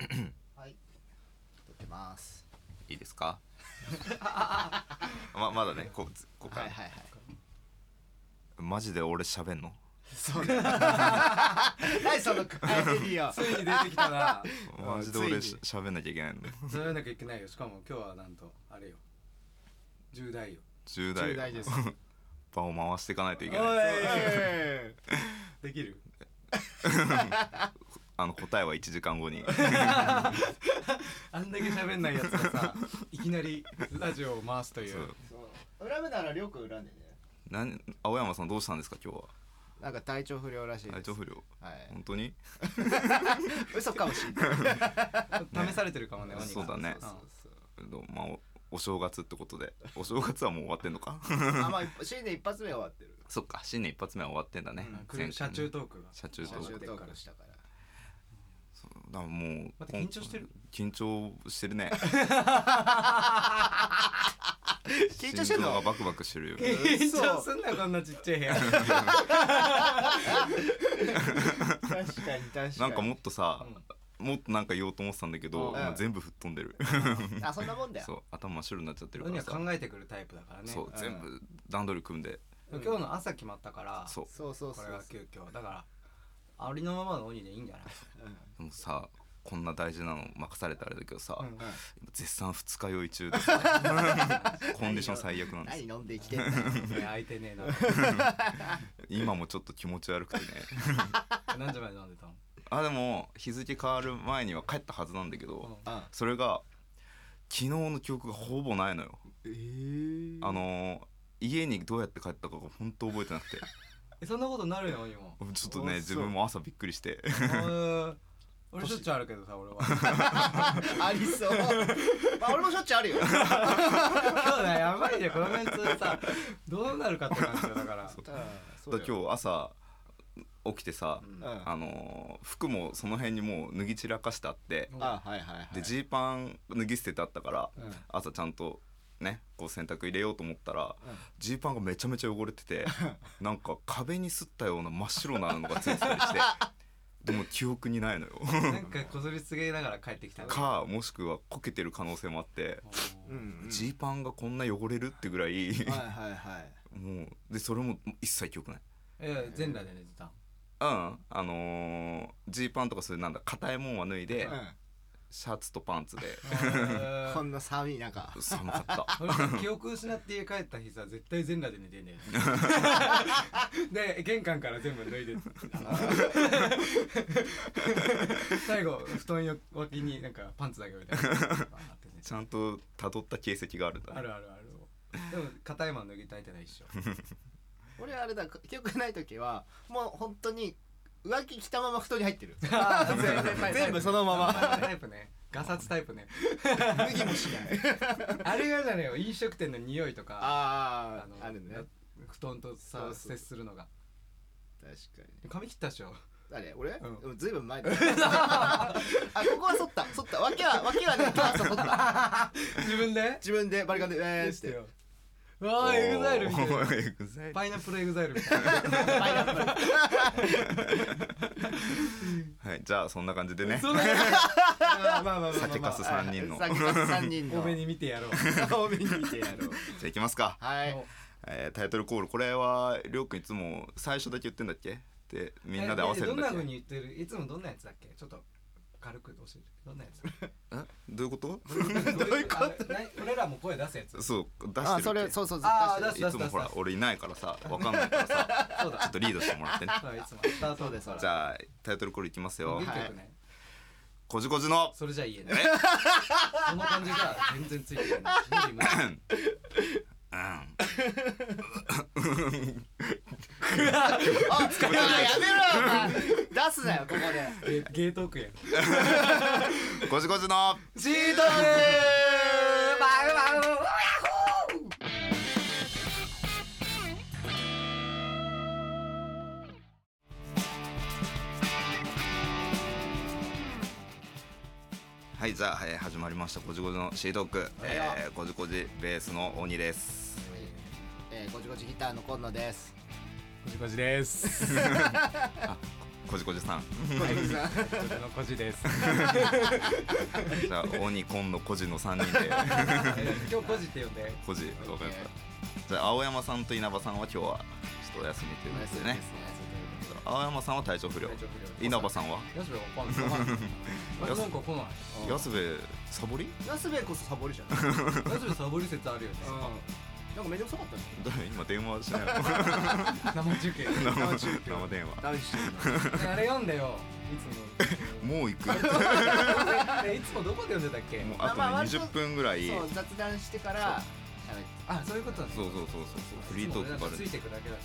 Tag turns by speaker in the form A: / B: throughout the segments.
A: はい、撮ってます。
B: いいですか？まだね、ここから、
A: はいはいはい。
B: マジで俺喋んの？
A: そうだ。何その帰りよ。
C: ついに出てきたな。
B: マジで俺喋んなきゃいけないの？
C: 喋らなきゃいけないよ。しかも今日はなんとあれよ、重大よ。
B: 重大
A: 重大です。
B: 場を回していかないといけない。
C: おいできる？
B: 答えは1時間後に。
C: あんだけ喋んないやつがさ、いきなりラジオを回すという。
A: そう恨むならりょうくん恨んでね。
B: 青山さんどうしたんですか今日は？
A: なんか体調不良らしいです。
B: 体調不良？
A: はい。
B: 本当に？
A: 嘘かもしれない。
C: 試されてるかもね。
B: そうだね。まあお正月ってことで、お正月はもう終わってんのか？
A: あ、まあ新年一発目は終わってる。
B: そっか、新年一発目は終わってんだね。
C: 車中トークが。
B: 車中トーク
A: したから。
B: そうだもう
C: 緊張してる？
B: 緊張してるね。
A: 緊張してんの？
B: 心臓がバクバクしてるよ。
C: 緊張すんなこんなちっちゃい部屋。
A: 確かに。
B: なんかもっとさ、もっとなんか言おうと思ってたんだけど、もう全部吹っ飛んでる。
A: あ、そんなもんだよ。
B: そう頭真っ白になっちゃってるからさ。
C: 考えてくるタイプだからね。
B: そう全部段取り組んで。
C: 今日の朝決まったから。
A: そう
C: これが急遽だから。ありのままの鬼でいいんじゃない？
B: でもさ、こんな大事なの任されたあれだけどさ、絶賛二日酔い中で
A: さ、
B: コンディション最悪なんです。
A: 何飲んできてんの？
C: 空いてねえな。
B: 今もちょっと気持ち悪くてね。
C: 何時まで飲んでたの？
B: でも日付変わる前には帰ったはずなんだけど、それが昨日の記憶がほぼないのよ。家にどうやって帰ったかが本当覚えてなくて。
C: そんなことなるよ今。
B: ちょっとね、自分も朝びっくりして。
C: 俺しょっちゅうあるけどさ、俺は。
A: ありそう。まあ俺もしょっちゅうあるよ。
C: 今日ね、やばいね、このメンツでさ、どうなるかって感じだから。
B: 今日朝起きてさ、服もその辺にもう脱ぎ散らかしてあって、でジーパン脱ぎ捨ててあったから、朝ちゃんとね、こう洗濯入れようと思ったら、ジーパンがめちゃめちゃ汚れてて、なんか壁にすったような真っ白なのがついてたりして、でも記憶にないのよ。
C: なんかこすりつけながら帰ってきた
B: か、もしくはこけてる可能性もあって、ジーパンがこんな汚れるってぐらい、もうでそれも一切記憶ない。
C: 全裸で寝てた？
B: ジーパンとかそういうなんだ硬いもんは脱いで、シャツとパンツで。
A: こんな寒い中。
B: 寒かった。
C: 記憶失って家帰った日さ、絶対全裸で寝てんだよ。で玄関から全部脱いで、最後布団脇になんかパンツだけみたいな。
B: ちゃんと辿った形跡があるんだね。
C: ある。でも硬いもん脱ぎたいってないっしょ。
A: 俺あれだ、記憶ない時はもう本当に浮気着たまま布団に入ってる。全部そのまま。
C: タイプね。ガサツタイプね。
A: 脱ぎもしない。
C: あれがじゃねえよ、飲食店の匂いとか。
A: あるね。
C: 布団とさ接するのが。
A: 確かに。
C: 髪切ったっしょ。
A: 誰？俺？ずいぶん前だ。あ、ここは剃った。脇はね、剃った。自分でバリカンで
C: してよ。わあ、エグザイルみたいな。パイナップルエグザイルみたいな。
B: はい、じゃあそんな感じでね。
C: まあ
B: 酒かす3人の
A: 多
C: めに見てやろう。
A: じゃ
B: あいきますか。
A: はい。
B: タイトルコール、これはりょうくんいつも最初だけ言ってんだっけってみんなで合わせるんだっけ？
C: どんな風に言ってる？いつもどんなやつだっけ？ちょっと軽く教えて。どんなやつ？
B: どういうこと？
C: 俺らも声出すやつ。
B: そう出してる。
A: それそう。
B: いつもほら俺いないからさ、わかんないからさ、ちょっとリードしてもらってね。
A: そうです。
B: じゃあタイトルコールいきますよ。こじこじの。
C: それじゃいいね。その感じが全然ついてない。
A: やめろよ、出すなよここで。
C: ゲートークやん。
B: こじこじの
C: シートーク。
B: はい、じゃあ、始まりましたこじこじのシートーク。こじこじベースの鬼です。
A: こじこじギターの今野です。
C: こじこじです。
B: こじこじさん。
C: こじのこじです。
B: じゃあ鬼今のこじの3人で。
C: 今日こじって呼んで。
B: こじ、わかりました。じゃあ青山さんと稲葉さんは今日はちょっとお休みということでね。青山さんは体調不良。稲葉さんは？
C: 安部わかんない。なんか来ない。
B: 安部サボり？
A: 安部こそサボりじゃん。
C: 安部サボり説あるよね。
A: なんかめんどくさかったね。
B: 今電話しない。
C: 生中継。
B: 生電話。
C: あれ読んでよ。いつ
B: も。もう行く。
C: いつもどこで読んでたっけ？
B: もうあと20分ぐらい。
A: そう雑談してから。
C: あ、そういうことだね。
B: そうフリートークから。
C: ついてくだけだった。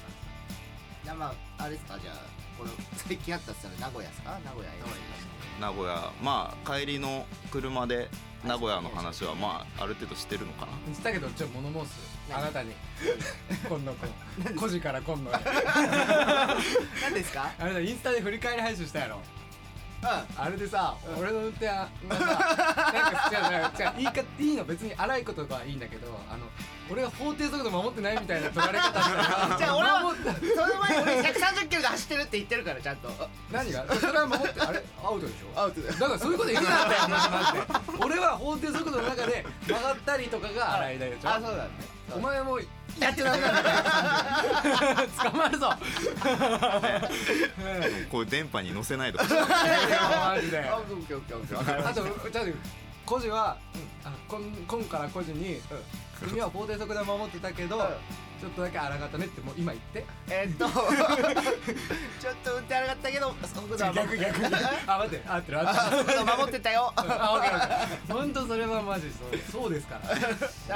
A: まああれですか、じゃあこの最近あったって言ったら名古屋ですか？名古屋。
B: 名古屋、まあ帰りの車で名古屋の話はまあある程度してるのかな。
C: したけどちょっと物申す。あなたに今度5時から今度
A: 何ですか？
C: あれだ、インスタで振り返り配信したやろ。あれでさ、俺の運転がさ、なんか違ういいの、別に荒いことはいいんだけど、俺が法定速度守ってないみたいな取られ方したら、
A: じゃあ俺はその前に俺130キロで走ってるって言ってるから、ちゃんと。
C: 何が？それは守って、あれアウトでしょ？
A: アウトだよ。
C: だからそういうこと言うなってマジで。俺は法定速度の中で曲がったりとかが荒いだよ。
A: あ、そうだね。
C: お前も
A: やってない。
C: 捕まるぞ。
B: こういう電波に乗せないでほしい。
C: マジで。あとコジは今からコジに君は法定速度守ってたけどちょっとだけ荒かったねってもう今言って。
A: ちょっと運転荒かったけど速度は
C: 逆にあ、待って、合ってる
A: 速度守ってたよ。
C: あ、オッケー。ほんとそれはマジそうですから。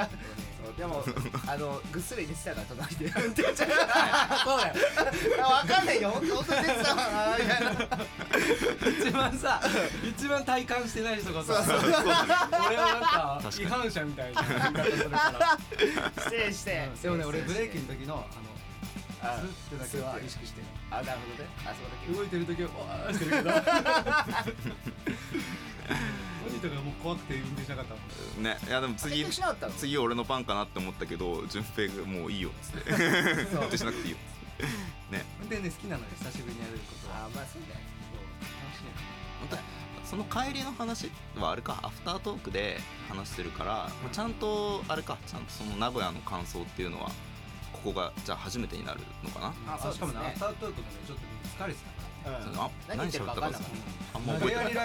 A: でもぐっすり寝てたから隣で運転中。そう
C: だよ。
A: 分かんないよ、本当寝てたわなみたいな。
C: 一番体感してない人がさ、俺はなんか違反者みたいな言い方するから。
A: 失礼して。
C: でもね、俺ブレーキの時のスッてだけは意識してる。
A: あ、なるほどね。あ、そうだけ
C: 動いてる時はわーしてるけど。鬼とかもう怖くて運転しなかったもん
B: ね。いやでも次俺の番かなって思ったけど、順平がもういいよっつって運転しなくていいよっつってね。
C: 運転ね好きなのよ、久しぶりにやることは。
A: あ、まあそうだよ。
C: 楽しいね。
B: 本当その帰りの話はあれか、アフタートークで話してるから、ちゃんとあれか、ちゃんとその名古屋の感想っていうのはここがじゃあ初めてになるのかな。
C: あ、しかもね、アフタートークもねちょっと疲れてたから。
B: 何喋ったかあんま覚えてない。じ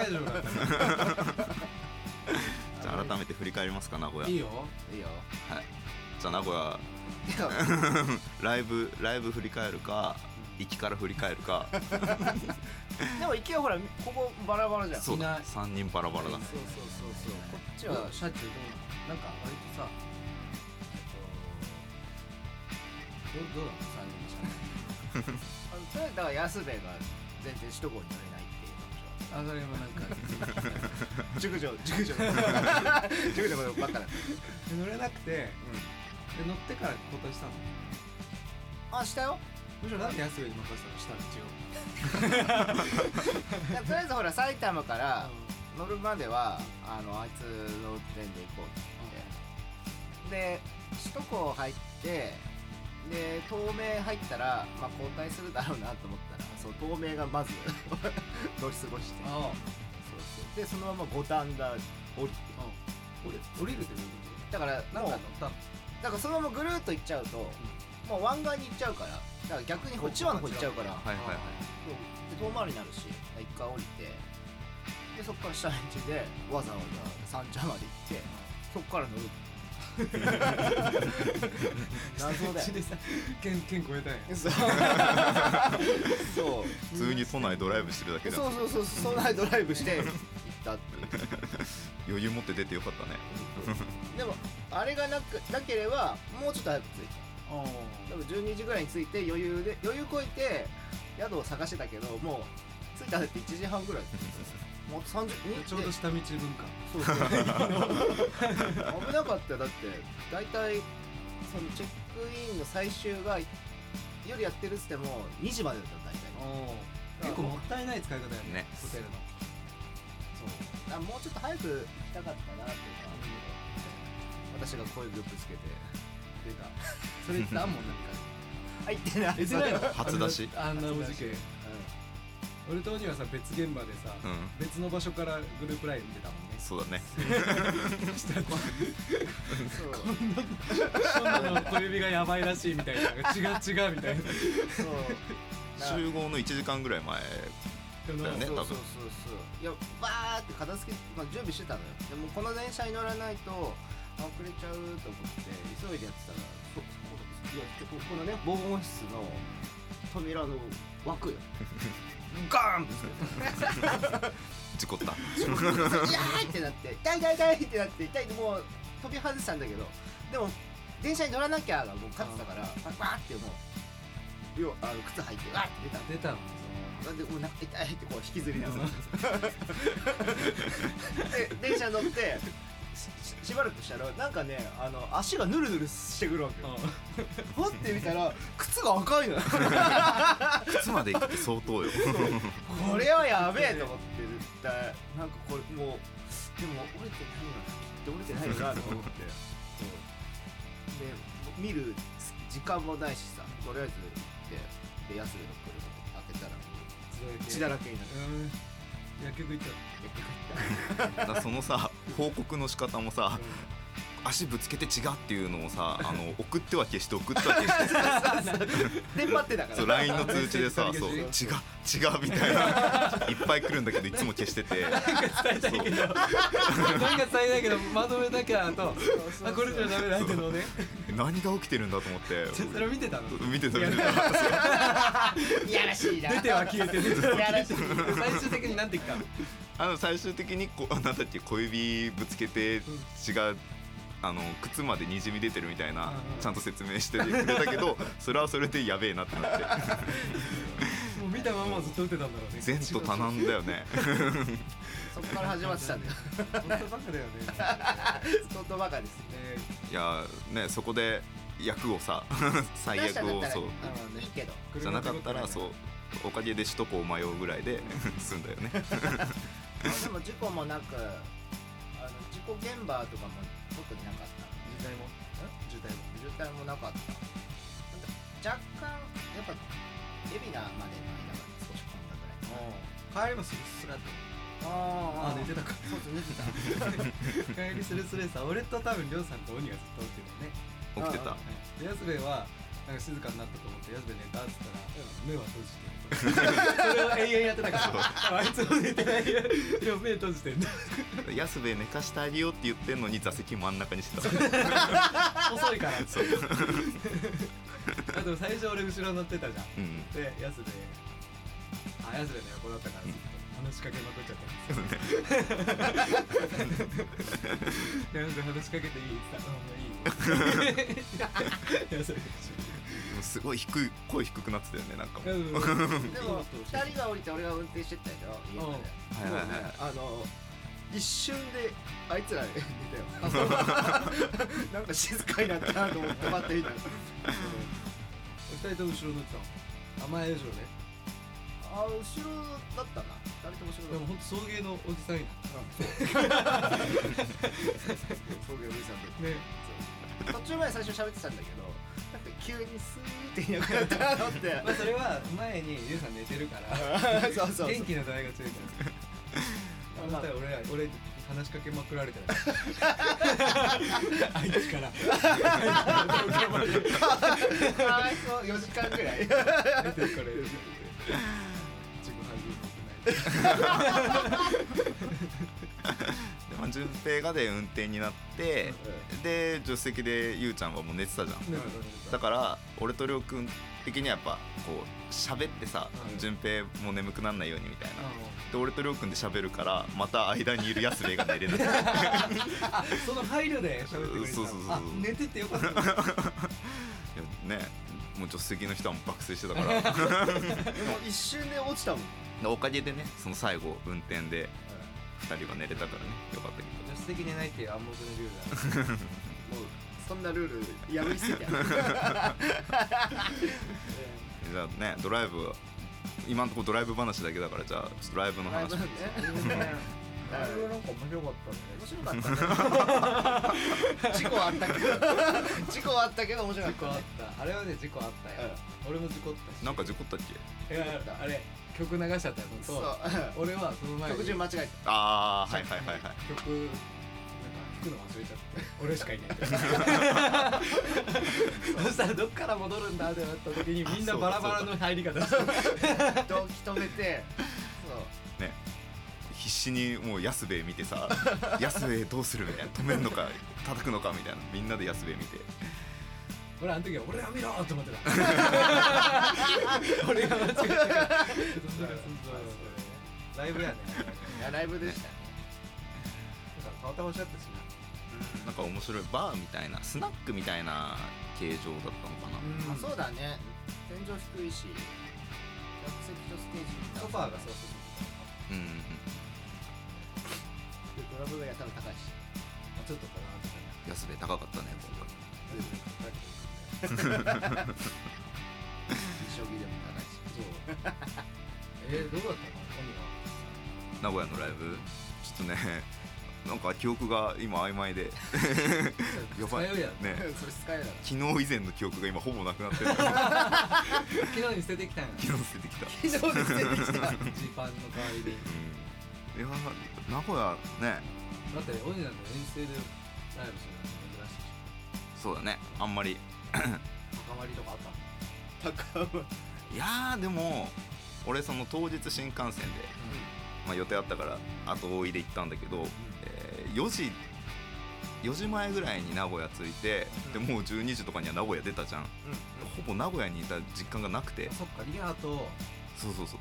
B: ゃあ改めて振り返りますか、名古屋。
C: いいよ。
B: はい。じゃあ名古屋ライブ振り返るか、行きから振り返るか。
A: でも行きはほらここバラバラじゃん。
B: そうだ、3人バラバラだ。
A: そう。こっちは
C: 車中どうなんか割とさ、どうだ3人車中。
A: それだから安部が全然首都高に乗れないっていう
C: 話は。それもなんか
A: 熟女ばっかだ。
C: 乗れなくて、乗ってから交代したの。
A: あ、したよ。
C: むしろなんで安部に任せたの？したの
A: 違う。とりあえずほら埼玉から乗るまではあいつの運転で行こうってで首都高入ってで東名入ったらまあ交代するだろうなと思ったら、そう東名がまず乗り過ごして、そうでそのまま五反田降りて、
C: 降りるって
A: だから
C: なんか乗ったの？
A: だからそのままぐるーっと行っちゃうと、もう湾岸に行っちゃうから、だから逆に千葉の方行っちゃうから、
B: はいはいはい。
A: で遠回りになるし、一回降りて、でそこから下道でわざわざ三茶まで行って、そこから乗る。謎だよ。
C: 県超えたんや。
A: そう。
B: 普通に都内ドライブしてるだけだ。
A: そう都内ドライブして行ったっていう。
B: 余裕持って出てよかったね。
A: でもあれがなければもうちょっと早く着いた。多分12時ぐらいに着いて余裕こいて宿を探してたけど、もう着いたって1時半ぐらい。もう30
C: ちょうど下道文化。
A: そう危なかったよ。だって大体そのチェックインの最終が夜やってるっつっても2時までだったの大体。
C: 結構もったいない使い方やね、ホテルの。
A: そうだからもうちょっと早く行きたかったなっていうのは私が声グップつけて出た。
C: それ言ったもんなんか。
A: 入ってない。
C: 出てないの？
B: 初出し。
C: あんなおじけ。 俺とにはさ別現場でさ、別の場所からグループライン見てたもんね。
B: そうだね。
C: こんなの小指がやばいらしいみたいな、違うみたいな。
B: 集合の1時間ぐらい前だよね、多分。
A: いやバーって片付け、準備してたのよ。でもこの電車に乗らないと遅れちゃうと思って急いでやってたら、このね防音室の扉の枠よガーンって
B: 事故った。
A: 痛いってなって、痛いってなって、痛いってもう飛び外したんだけど、でも電車に乗らなきゃがもう勝ってたから、バーってもう靴履いてわーって出たの。なんでもうなんか痛いってこう引きずりながらで電車乗ってしばらくしたらなんかね足がヌルヌルしてくるわけよ。ほってみたら靴が赤いのよ。
B: 靴まで行って相当よ。
A: これはやべえと思って絶対なんかこれもうでも折れてないよなと思ってで見る時間もないしさ、とりあえず行ってで安部の車開けたら血だらけになって
C: 薬局行った
B: だそのさ報告の仕方もさ、足ぶつけて違うっていうのをさ送っては消して送っては消して
A: 電話ってだから
B: そう LINE の通知でさそう違うみたいないっぱい来るんだけどいつも消してて
C: なんか伝えたいけどまとめなきゃとこれじゃダメだってのね
B: 何が起きてるんだと思って
C: それを見てたの
B: 見てた
A: いやらしいな
C: 出ては消えて最終的に何て言ったの
B: 最終的になんだっけ小指ぶつけて違う靴までにじみ出てるみたいなちゃんと説明してくれたけどそれはそれでやべえなってなって
C: もう見たままずっと打ってたんだろうね。
B: 前途多難だよね。
A: そこから始まってたんだよ。
C: 本当バカだよね。
A: 本当バカですね。
B: いやねそこで役をさ最悪をそう
A: いいけど
B: じゃなかったらそうおかげで首都高を迷うぐらいで済んだよね。
A: でも事故もなく事故現場とかも特になかった。渋滞もなかった。若干やっぱ海老名までの間が少し混んだぐらい。
C: 帰りもスルスルって寝てたか。
A: そう寝て
C: た帰りスルスルさ、俺と多分りょうさんと鬼がずっと起きてたね。
B: 起きてた。
C: で安部はなんか静かになったと思って安部寝たっつったら目は閉じてる。それを永遠やってたからあいつも寝てないよ。でも目閉じてんだ。
B: 安部寝かしてあげようって言ってんのに座席真ん中にしてた。
C: 遅いから。あと最初俺後ろ乗ってたじゃん。で安部の横だったからずっと話しかけまくっちゃったんですよ。で話しかけていいって言ったらいいよ。
B: すごい声低くなってたよねなんか。
A: でも2人が降りて俺が運転してったでしょ家まで。一瞬であいつら寝たよ。なんか静かになったなと思って待ってみたら
C: 2人とも後ろ乗ってたの。前後ろね。
A: 後ろだったな。2人とも後ろだった。
C: でもほんと送迎のおじさんや。
A: 送迎おじさんで途中まで最初喋ってたんだけどなんか急にスーっていなくなったなと思って
C: それは前にゆうさん寝てるから
A: そう
C: 元気の度合いが強いから俺話しかけまくられてるあいつから
A: 4時間ぐらい
C: 出てるから自分
B: 順平がで運転になって、で助手席でゆうちゃんはもう寝てたじゃん。だから俺とりょうくん的にはやっぱこう喋ってさ、順平も眠くなんないようにみたいな。で俺とりょうくんで喋るからまた間にいる安部が寝れない。
C: その配慮で喋ってくれた。
B: そう
C: 寝ててよかった。いや
B: ね、もう助手席の人はもう爆睡してたから
A: でも一瞬で落ちたもん。
B: おかげでねその最後運転で2人は寝れたからねよかったけど。
C: 助手席寝ないっていう暗黙のルールだ。もう
A: そんなルール破りすぎた。
B: じゃあねドライブ今のところドライブ話だけだからじゃあちょっとライブの話。
C: ライブなんか面白かったね。
A: 面白かったね。事故あったけど面白かった。
C: あれはね事故あったよ。俺も事故ったし。
B: なんか事故ったっけ？
C: いやあれ曲流しちゃったのと俺はその前に
A: 曲順間違えた。
B: ああはいはいはいはい。
C: 曲なんか吹くの忘れちゃって俺しかいないそしたらどっから戻るんだってなった時にみんなバラバラの入り方して
A: 動機止めて
B: ね、必死にもう安兵衛見てさ安兵衛どうするみたいな、止めるのか叩くのかみたいな、みんなで安兵衛見て
C: 俺あの時は俺は見ろって思ってた俺が間違えたからライブやね。
A: いやライブでしたね。
C: たまたまおっしゃったしな。
B: なんか面白いバーみたいなスナックみたいな形状だったのかな。
A: あそうだね、天井低いし客席とステージみたいな
C: ソファーがそうそう
B: うんうんうん。
A: でドラムがやたら高いし
C: ちょっとかなって
B: 安兵衛高かったね
A: 将棋でも高いし
C: そうどうだったの
B: 名古屋のライブちょっとねなんか記憶が今曖昧でやばいね。
A: それ使えだろ。
B: 昨日以前の記憶が今ほぼなくなってる
C: 昨日に捨ててきたんや。
B: 昨日捨ててきた。
A: 昨日に捨ててきた
C: ジーパンの代わりに。
B: いや名古屋ね。
C: だってオジナと遠征でライブするの珍しいし。
B: そうだね、あんまり
C: 高まりとかあった？
A: 高ま
B: いやでも俺その当日新幹線で、まあ、予定あったから後追いで行ったんだけど、4時前ぐらいに名古屋着いて、でもう12時とかには名古屋出たじゃん、ほぼ名古屋にいた実感がなくて。
C: そっか、リハと
B: そうその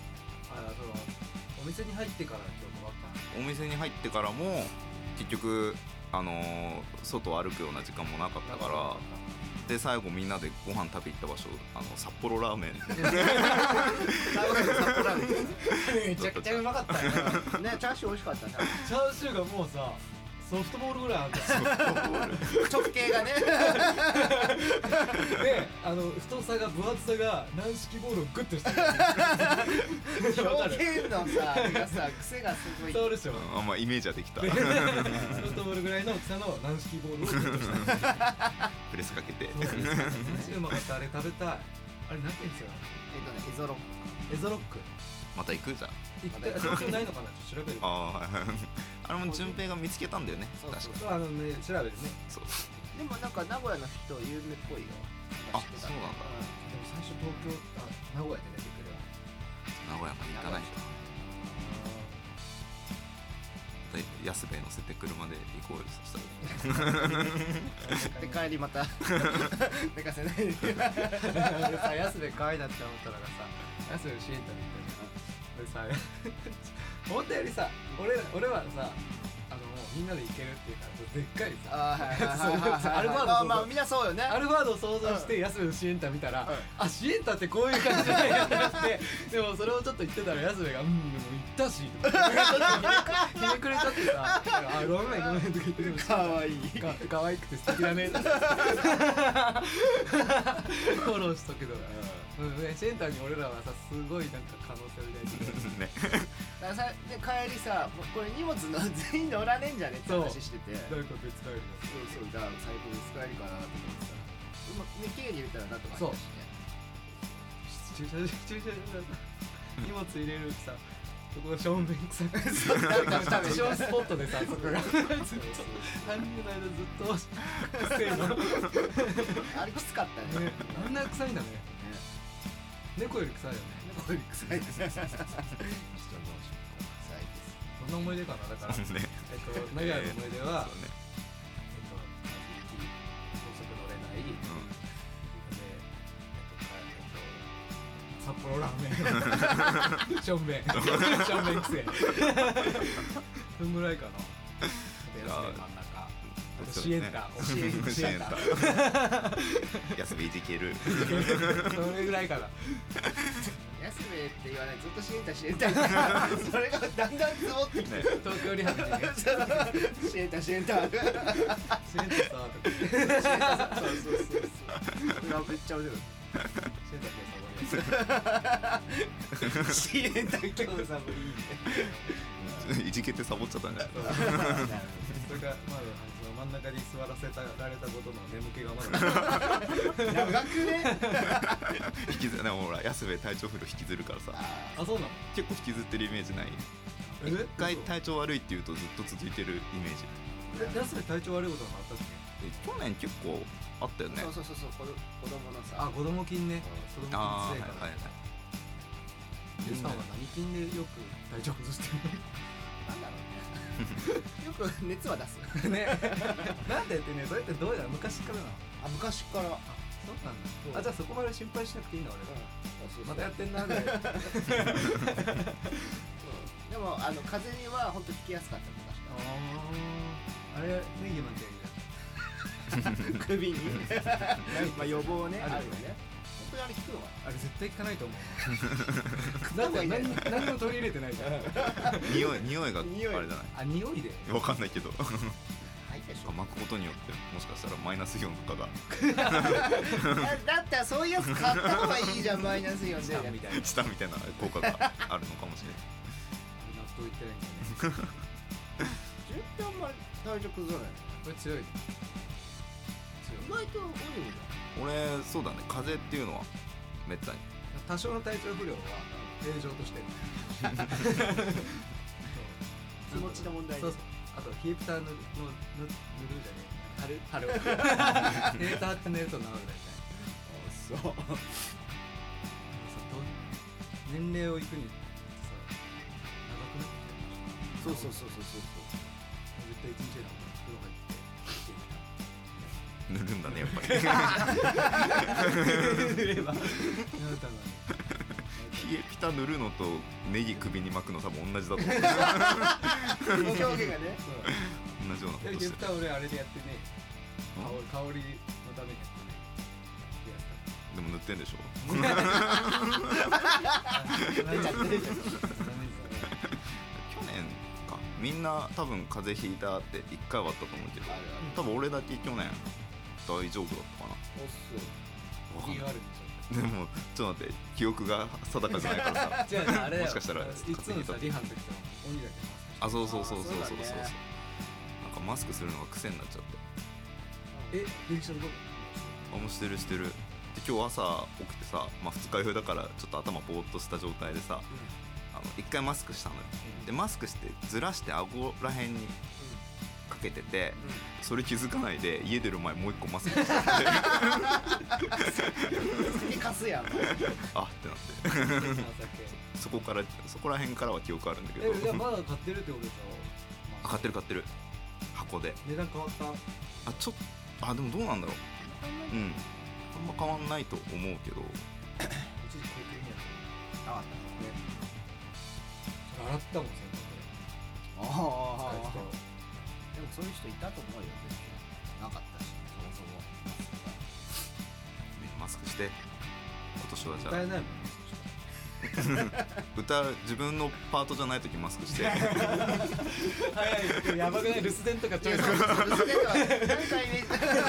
C: お店に入ってから記憶があった。
B: お店に入ってからも結局外を歩くような時間もなかったから、で最後みんなでご飯食べ行った場所札幌ラーメン
C: めちゃくちゃうまかったよ
A: ね。チャーシュー美味しかったね。
C: チャーシューがもうさソフトボールぐらいあった
A: 直径がね
C: で太さが分厚さが軟式ボールをグッとしてる
A: 表現のさ癖がすごい。
C: そうでしょ。
B: あんまイメージはできた。ソ
C: フトボールぐらいの大きさの軟式ボールをグッとした
B: プレスかけて。
C: マジうまかった。あれ食べたい。あれ何て言うんですよ。
A: エゾロック。
C: エゾロック
B: また行くじゃん。
C: 行って東京ないのかな、ちょっと調べる。
B: あれも順平が見つけたんだよね。
A: そう
C: ね、調べるね。
B: そう。
A: でもなんか名古屋の人有名っぽいよ。
B: あ、そうなんだ。
C: でも最初東京名古屋で出てくるわ。
B: 名古屋まで行かないと。安兵衛乗せて車で行こうよ。そしたら。
A: で帰りまた寝かせないで。
C: さ安兵衛可愛いなって思ったのがさ、安兵衛のシエンタに行ったじゃん。でさ思ったよりさ、俺はさみんなで行けるっていうからでっかいさアルバード、
A: まあみんなそうよね。
C: アルバードを想像して安部のシエンタ見たら、あ、シエンタってこういう感じじゃないかってなって、でもそれをちょっと言ってたら安部がでも行ったしとかひねくれちゃってさ、あ、ごめんとか言って、でも
A: かわいい
C: 可愛くて素敵だねフォローしとくけど、シエンタに俺らはさ、すごいなんか可能性を抱いてる
B: ね。
A: で帰りさ、これ荷物の全員乗らねえんじゃねって話してて、
C: なんか別帰りだ。
A: そうじゃあ最後別帰りかなと思ってたら、綺麗に言ったらなんとかあったしね。
C: 駐車場荷物入れるさ、そこが正面臭くて自称スポットでさ、そこがずっと3人の間ずっと臭いの
A: あれきつかったね。
C: あんな臭いんだね。猫より臭いよね。
A: 猫より臭いです。臭いです。
C: そんな思い出かな。だから名古屋の思い出は高速乗れない、札幌ラーメン、しょんべんくせえそんぐらいかな。安部真ん中、シエンタ
B: 安部いじける。
C: それぐらいかな。
A: 安部って言わない、ずっとシエンタそれがだんだん積もってきて、
C: 東京リハビリね。
A: シエンタ
C: シエンタさとか
A: そうめっちゃ面白い。シエンタ今日サボりいいね。
B: いじけてサボっちゃったんじゃない
C: それがまだ真ん中に座らせられたことの眠気がまだ
A: 長くね
B: 引きずる。でもほら安部体調不良引きずるからさ。
C: あ、そうなの？
B: 結構引きずってるイメージない？一回体調悪いって言うとずっと続いてるイメージ。
C: 安部体調悪いことがあったっけ？
B: 去年結構あったよね。
A: そう子供のさ。
C: あ、子供菌ね。子供
B: あ
C: 菌強いから。
B: はいはいはい。
C: ゆうさんは何菌でよく体調崩してるの？
A: なんだろうね。よく熱は出す。
C: ね。なんでってね、それってどうやら昔からなの？
A: あ、昔から。
C: そうなんだ。あ、じゃあそこまで心配しなくていいんだ俺が。またやってんなぐらい。
A: でも風邪には本当ひきやすかった昔から。
C: あれネギマンってやるじゃん。
A: 首にまあ予防ね、あるよね。本当にあれ効くのかな。
C: あれ絶対効かないと思う。だって何も取り入れてないじゃん。
B: 匂いがあれじゃない？
C: あ、匂いで？
B: わかんないけど。
A: はいでしょ。
B: 巻くことによってもしかしたらマイナスイオンとかが
A: だったらそういうやつ買った方がいいじゃん。マイナスイオンでみたいな
B: 下みたいな効果があるのかもしれない。
C: 納豆いってないんだね。
A: 絶対あんまり体調崩さない。
C: これ強い。
A: 意外と多いんじ
B: 俺そうだね、風邪っていうのはめったに。
C: 多少の体調不良は平常としてる。
A: 気持ちの問題。
C: そうそう。あとヒープター塗るじゃねえ。貼る。ヒーターって寝ると治るみたいな。
A: そう。
C: 年齢をいくにさ、長くなってきてる。
A: そう。
C: 絶対一日で風呂入って
B: 塗るんだねやっぱり。
C: 塗れば。
B: 冷えピタ塗るのとネギ首に巻くの多分同じだと思う。
A: 表現がね。
B: 同じようなことしてる。
C: 俺あれでやってね。香りのためにやってね。
B: でも塗ってんでしょ。
A: 出ちゃってるじゃん。
B: 去年かみんな多分風邪ひいたって1回はあったと思うけど、多分俺だけ去年大丈夫だったかな。
A: おっそう。
B: わかんない。でもちょっと待って、記憶が定かじゃないからさ。
C: 違う、あれ
B: もしかしたら
C: いつもさリハの時と鬼だけ
B: あ、そうそう。
A: そうだね
B: なんかマスクするのが癖になっちゃって。
C: 電車のどこ？
B: あ、もうしてる。で今日朝起きてさ、まあ二日酔いだからちょっと頭ぼーっとした状態でさ、一回マスクしたのよ。でマスクしてずらして顎らへんにかけてて、それ気づかないで家出る前もう一個マスクしてて
A: 酒かすやん。
B: あってなってそこら辺からは記憶あるんだけど。
C: じゃあまだ買ってるってことでしょ？
B: 買ってる箱で。
C: 値段変わった？
B: でもどうなんだろう。あんま変わんないと思うけど。
C: 一時高級にやった
A: あったね。
C: 洗ったもん洗
A: ああ。でもそういう人いたと思うよ。なかったし、そも
B: マスクして今年はじゃあ
C: 歌えないもん。
B: 自分のパートじゃない時マスクして
C: 早い、やばくない？留守電とかちょい
A: 留守電とか何回目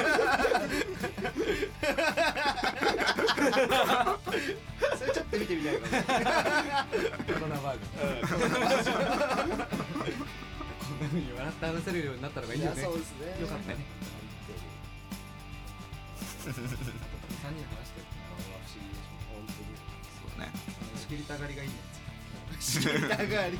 A: それちょっと見てみたいかも。
C: コロナバージョン。こんな風に笑って話せるようになったのがいいよね。
A: そうですね。
C: よかったね。3人話してるのは不思議でしょ。
A: 本当に。
B: そうね。
C: 仕切りたがりがいいんだよ。
A: 仕切りたがり。そうね。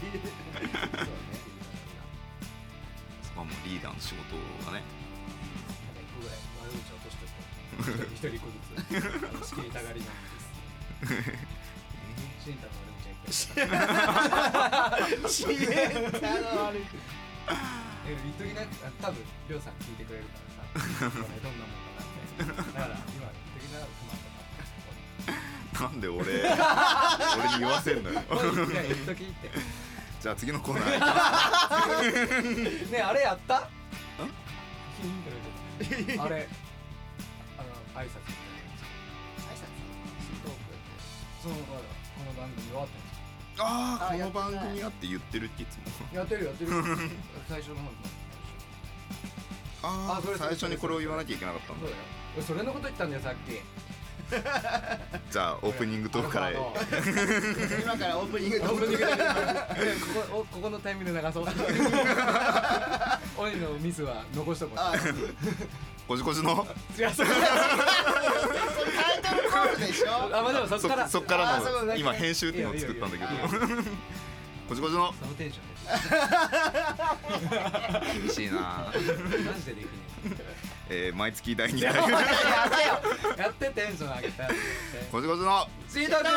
B: そこはもうリーダーの仕事がね。
C: 1個ぐらい悪口落としておく。一人1個ずつ仕切りたがりなんです。シンタの悪口は言っぱい。
A: シンタの悪口。
C: 言っときな、多分りょうさん聞いてくれるからさ、どんなもんかなって。だから今言っときなら不満とか。
B: なんで俺に言わせんのよ。
C: いや言っときって。
B: じゃあ次のコーナー。
C: ねえ、あれやった？あれ挨拶みたいな。
A: 挨拶。
C: シートークってこの番組終わったんですよ。
B: この番組はって言ってるっていつも。
C: やってる最初の方に。
B: 最初にこれを言わなきゃいけなかったんだ。
C: そうだよ。それのこと言ったんだよさっき。
B: じゃあオープニングトークから
A: 今からオープニングトーク
C: ここのタイミングで流そう俺のミスは残しとこう
B: こじこじの
C: 違うそれ
A: タイトルコールでしょ。
C: まあでもそっから
B: の今編集っていうのを作ったんだけどこじこじの
C: そのテンション
B: 厳しいな
C: マジでできね
B: 毎月第2回
C: やってテンション上げた
B: こじこじの
C: シートー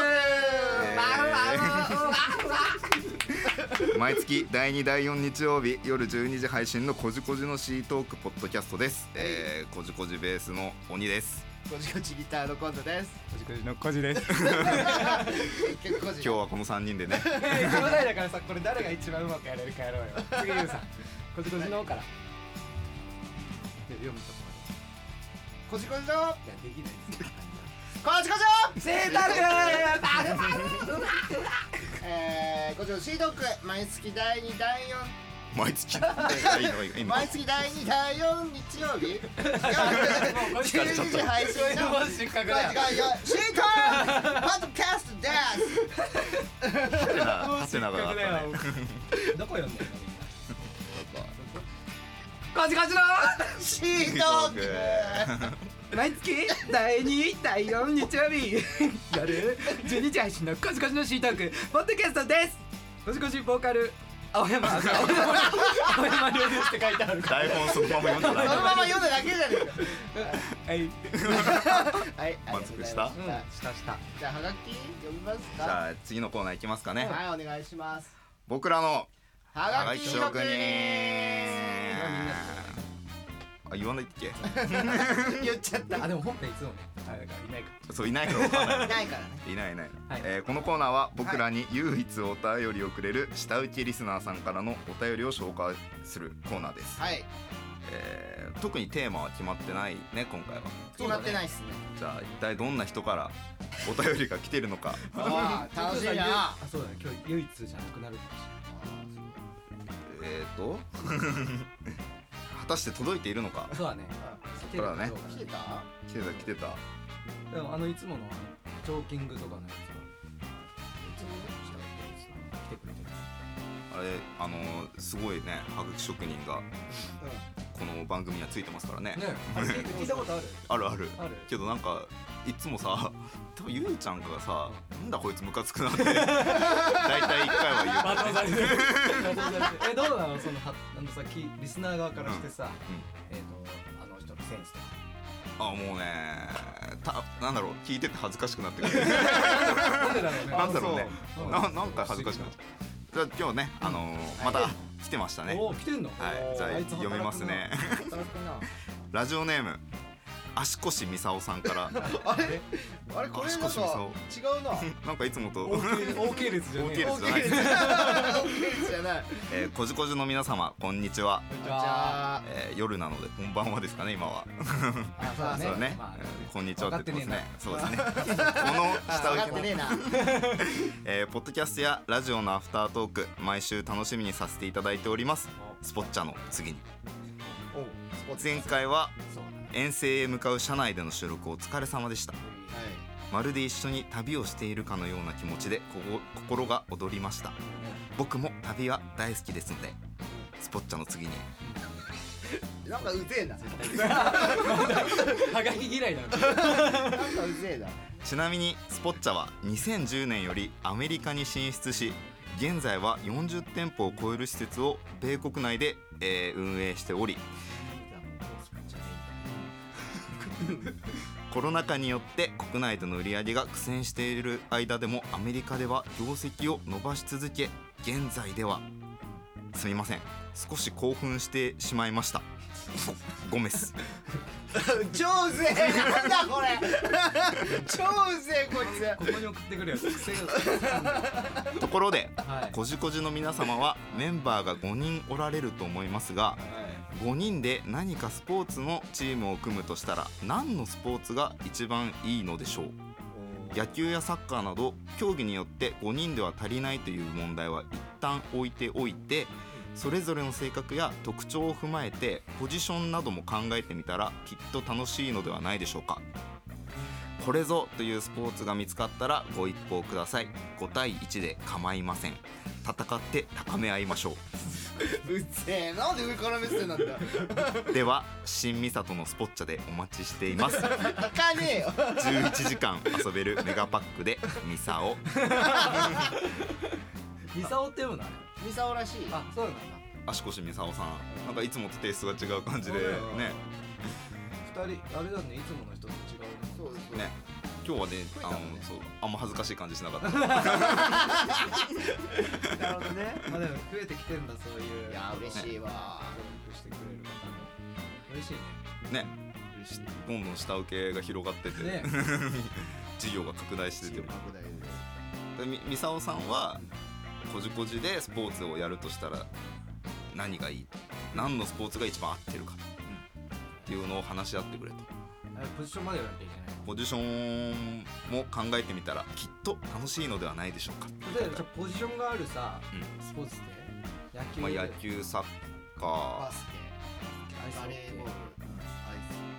B: ク毎月第2第4日曜日夜12時配信のこじこじのシートークポッドキャストです。こじこじベースの鬼です。
A: こじこじギターのコントです。
C: こじこじのこじです
A: 今日
B: はこの3人でね
C: 兄弟だからさ、これ誰が一番うまくやれるかやろうよ。次ゆうさんこじこじのから読むと
A: こじこじの
C: いやできないです
A: こじこじの
C: シートー
A: こじこじシートーク毎月第2第4
B: 毎月
A: 毎月第2第4日曜日12時配信の
C: もう失格だよ
A: シートークポッドキャストです
B: はてながあったね
C: どこ読んでるのみんなこじこじの
A: シートーク
C: 毎月第2第4日曜日夜12時配信のこじこじのシートークポッドキャストです。こじこじボーカル青山亮ですって書いてあるから
B: 台本そのまま読んだ
A: そのまま読んだだけじゃね
C: はい
A: はい
B: 満足した
C: した
A: じゃあはがき読みますか。
B: じゃあ次のコーナーいきますかね。
A: はいお願いします。
B: 僕らの
A: はがき職人
B: 言わないっけ
A: 言っちゃった
C: あでも本編いつもねあれがいないか
B: そういないから分かんない
A: いないからね。
B: いない、
C: はい
B: このコーナーは僕らに唯一お便りをくれる下請けリスナーさんからのお便りを紹介するコーナーです、
A: はい
B: 特にテーマは決まってないね今回は。
A: 決まってないっすね。
B: じゃあ一体どんな人からお便りが来てるのか
A: あー楽しいな。
C: あそうだね今日唯一じゃなくなるかも
B: 果たして届いているのか。
C: しれないそうだね
B: そっからね
A: 来てた？
B: 来てた
C: でもいつものチョーキングとかのやつは来てくれてる
B: あれすごいねはがき職人がこの番組にはついてますからね。
C: ねあれ聞いたことある
B: あるけどなんかいつもさ多分ゆうちゃんがさなんだこいつムカつくなって大体1回は言う
C: 罵倒されてるどうなのそのさリスナー側からしてさ、あの人のセンスとか
B: あもうねなんだろう聞いてて恥ずかしくなってくる
C: なんでだろうね
B: なんだろうね
C: そう
B: なんか恥ずかしくなっちゃう。じゃあ今日ねまた来てましたね。
C: おお来てんの
B: はいじゃあ読みますねラジオネーム足腰みさおさんから
A: あれこれなんか違うな。
B: なんかいつもと
C: OK 列じゃねえ
B: OK 列じゃないです
A: OK 列じゃない。
B: こじこじの皆様こんにちは。
C: こんにち
A: じゃあ
B: 夜なのでこんばんはですかね今は。
C: あ
B: そうだね
C: まあ
B: こんにちはって言ってますね。そうですねこの
A: 分
B: 下
A: か
B: 請け
A: ってねえな。
B: ポッドキャストやラジオのアフタートーク毎週楽しみにさせていただいております。スポッチャの次に前回は
C: そうだね
B: 遠征へ向かう車内での収録お疲れ様でした。まるで一緒に旅をしているかのような気持ちで心が躍りました。僕も旅は大好きですのでスポッチャの次に
A: なんかうぜえな。
C: はがき嫌いなんだ
A: なんかうぜえな。
B: ちなみにスポッチャは2010年よりアメリカに進出し現在は40店舗を超える施設を米国内で、運営しておりコロナ禍によって国内での売り上げが苦戦している間でもアメリカでは業績を伸ばし続け現在ではすみません少し興奮してしまいましたゴメス
A: 超うぜえ。なんだこれ。超うぜえこいつ。
C: ここに送ってくるやつ癖が
B: ところで
C: はい
B: こじこじの皆様はメンバーが5人おられると思いますが5人で何かスポーツのチームを組むとしたら何のスポーツが一番いいのでしょう。野球やサッカーなど競技によって5人では足りないという問題は一旦置いておいてそれぞれの性格や特徴を踏まえてポジションなども考えてみたらきっと楽しいのではないでしょうか。 これぞというスポーツが見つかったらご一報ください。5対1で構いません。戦って高め合いましょ
A: うっせえ、なんで上から目線なんだ
B: うでは新三郷のスポッチャでお待ちしています。
A: 高ねえよ
B: 11時間遊べるメガパックでミサオ
C: ミサオって読むのあれ。
A: ミサオらしい。
C: あ、そうなんだ。
B: 足腰ミサオさん、なんかいつもとテイストが違う感じでね。
C: 二人あれだね、いつもの人と違うね。
A: そうです
B: ね。今日はね、そうあんま恥ずかしい感じしなかった。
A: なるほどね。
C: まあでも増えてきてんだ、そういう。
A: いや嬉しいわ。
C: 協力してくれる方も嬉しい
B: ね。ね。どんどん下請けが広がってて、ね、事業が拡大しててる。ミサオさんはこじこじでスポーツをやるとしたら何がいい、何のスポーツが一番合ってるかっていうのを話し合ってくれと。
C: ポジションまでやらなきゃいけない。
B: ポジションも考えてみたらきっと楽しいのではないでしょうか。
C: 例えばポジションがあるさ、スポーツって野球、
B: 野球、サッカー、
A: バスケ、バレーボール、アイ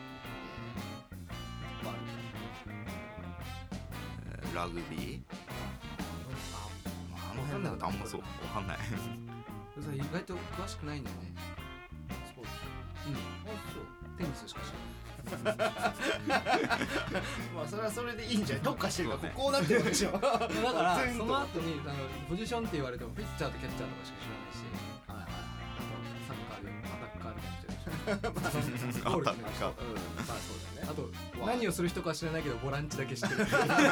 B: ス、ラグビー、あの辺なんだとあんまそうわかんない。
C: 意外と詳しくないんだよね、スポーツ。テニスしか知らない。
A: まあそれはそれでいいんじゃない。どっかしてるからこうなってるわけでしょ。だから
C: その後にポジションって言われてもピッチャーとキャッチャーとかしか知らないし、あとサッカーでアタッカーみたいな人でしょ。ゴール決める人。まあそうだね。あと何をする人かは知らないけどボランチだけ知ってる。よ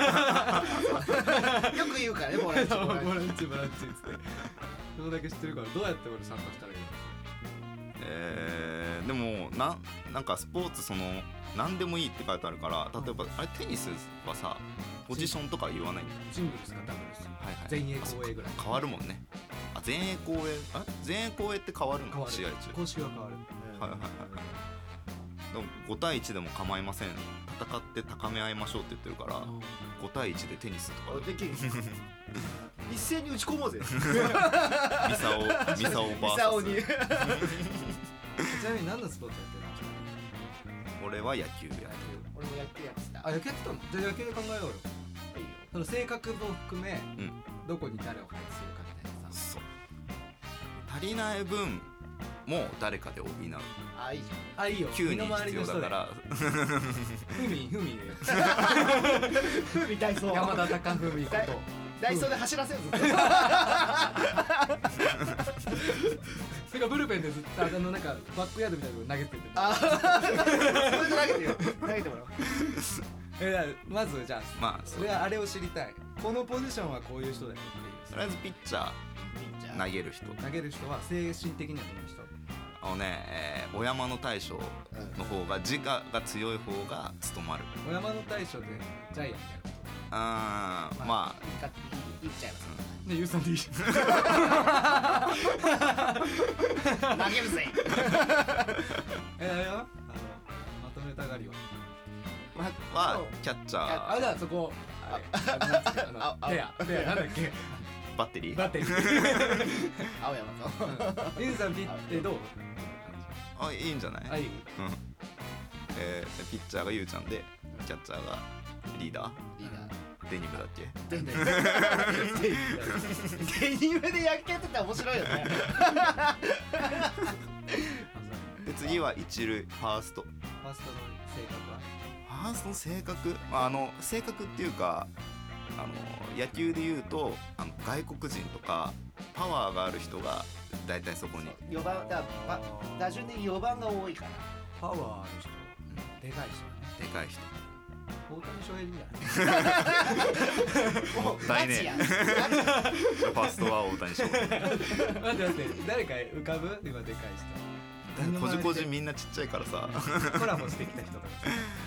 A: く言うからね、ボランチ
C: ボランチっつってそれだけ知ってるから、どうやって俺参加したらいいの。
B: でもなんかスポーツ何でもいいって書いてあるから、例えばあれテニスはさポジションとか言わないんだよ。
C: シングルスかダブルス、
B: はいはい、
C: 前衛後衛ぐらい
B: 変わるもんね。あ、前衛後衛、前衛後衛って変わるの？試合中
C: 公式は変わる。
B: はいはいはい。でも5対1でも構いません、戦って高め合いましょうって言ってるから、5対1でテニスとか
A: できる。一斉に打ち込もうぜ。
B: ミサオバーサス。
C: ちなみに何のスポーツやって
B: るの？俺は野球やってる。
A: 俺も野球やってた。
C: あ、野球やってたの？じゃあ野球で考えようよ。その性格も含め、どこに誰を配置するかみたいなさ。
B: そう。足りない分も誰かで補う。
A: あ、いいじ
C: ゃん。あ、いいよ。
B: 9人必要だから。
C: ふみで。
A: ふみ体操。
C: 山田貴文こと。
A: ダイソーで走らせるぞ。
C: それがブルペンでずっとなんかバックヤードみたいなの投げてる。
A: あ、それで投げてもらおう。
C: まずじゃあ、それはあれを知りたい。このポジションはこういう人だよっていう。
B: とりあえずピッチャー投げる人
C: は精神的にはどんな人？
B: お山の大将の方が自我が強い方が務まる。
C: お山の大将でジャイアンやる。
B: まあ
A: 言っちゃいます
C: ね、ゆうさんでいいじゃん。
A: 投げるぜ。
C: あれよ、まとめたがりは
B: キャッチャー。
C: あ、じゃあそこペアなんだっけ。
B: バッテリー。
A: 青山と
C: ゆうさんピッてどう？
B: あ、いいんじゃない？
C: いい。
B: ピッチャーがゆうちゃんで、キャッチャーがリーダー。デニムだっけ？
A: デニムで野球やってたら面白いよね。
B: で次は一塁、ファーストの
C: 性格は？
B: ファーストの性格、性格っていうか野球でいうと外国人とかパワーがある人がだいたいそこに。
A: 4番だ、打順で4番が多いから。
C: パワーある人、でかい人だね。
B: でかい人。
C: 大谷翔平いいんじゃない？
B: もったいねえ。ファーストは大谷翔平。
C: 待って誰か浮かぶ？今でかい
B: 人。こじこじみんなちっちゃいからさ。
C: コラボしてきた人とかさ。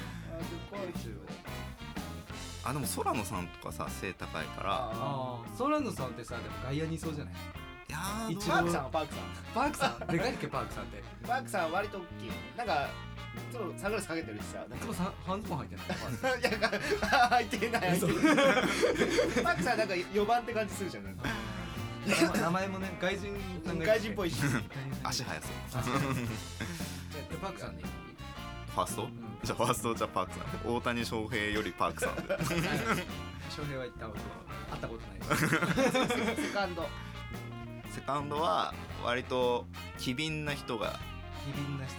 B: でも空野さんとかさ背高いから。
C: 空野さんってさ、でも外野にいそうじゃない？
A: いやー、パークさん
C: でかいっけ？パークさんって。
A: パークさん割と大きい。なんかちょっとサングラスかけてるしさ。
C: いつも半ズボン履いてない？
A: いや、履いてない。パークさんなんか4番って感じするじゃん。
C: 名前もね、外人っぽいし。
B: 足速そう。
C: パークさんでいい？
B: ファースト、じゃあファーストじゃあパークさん、大谷翔平よりパークさんで
C: 翔平は行ったこと会ったことないです
A: セカンド
B: セカンドは割と機敏な人が、
C: 機敏な人、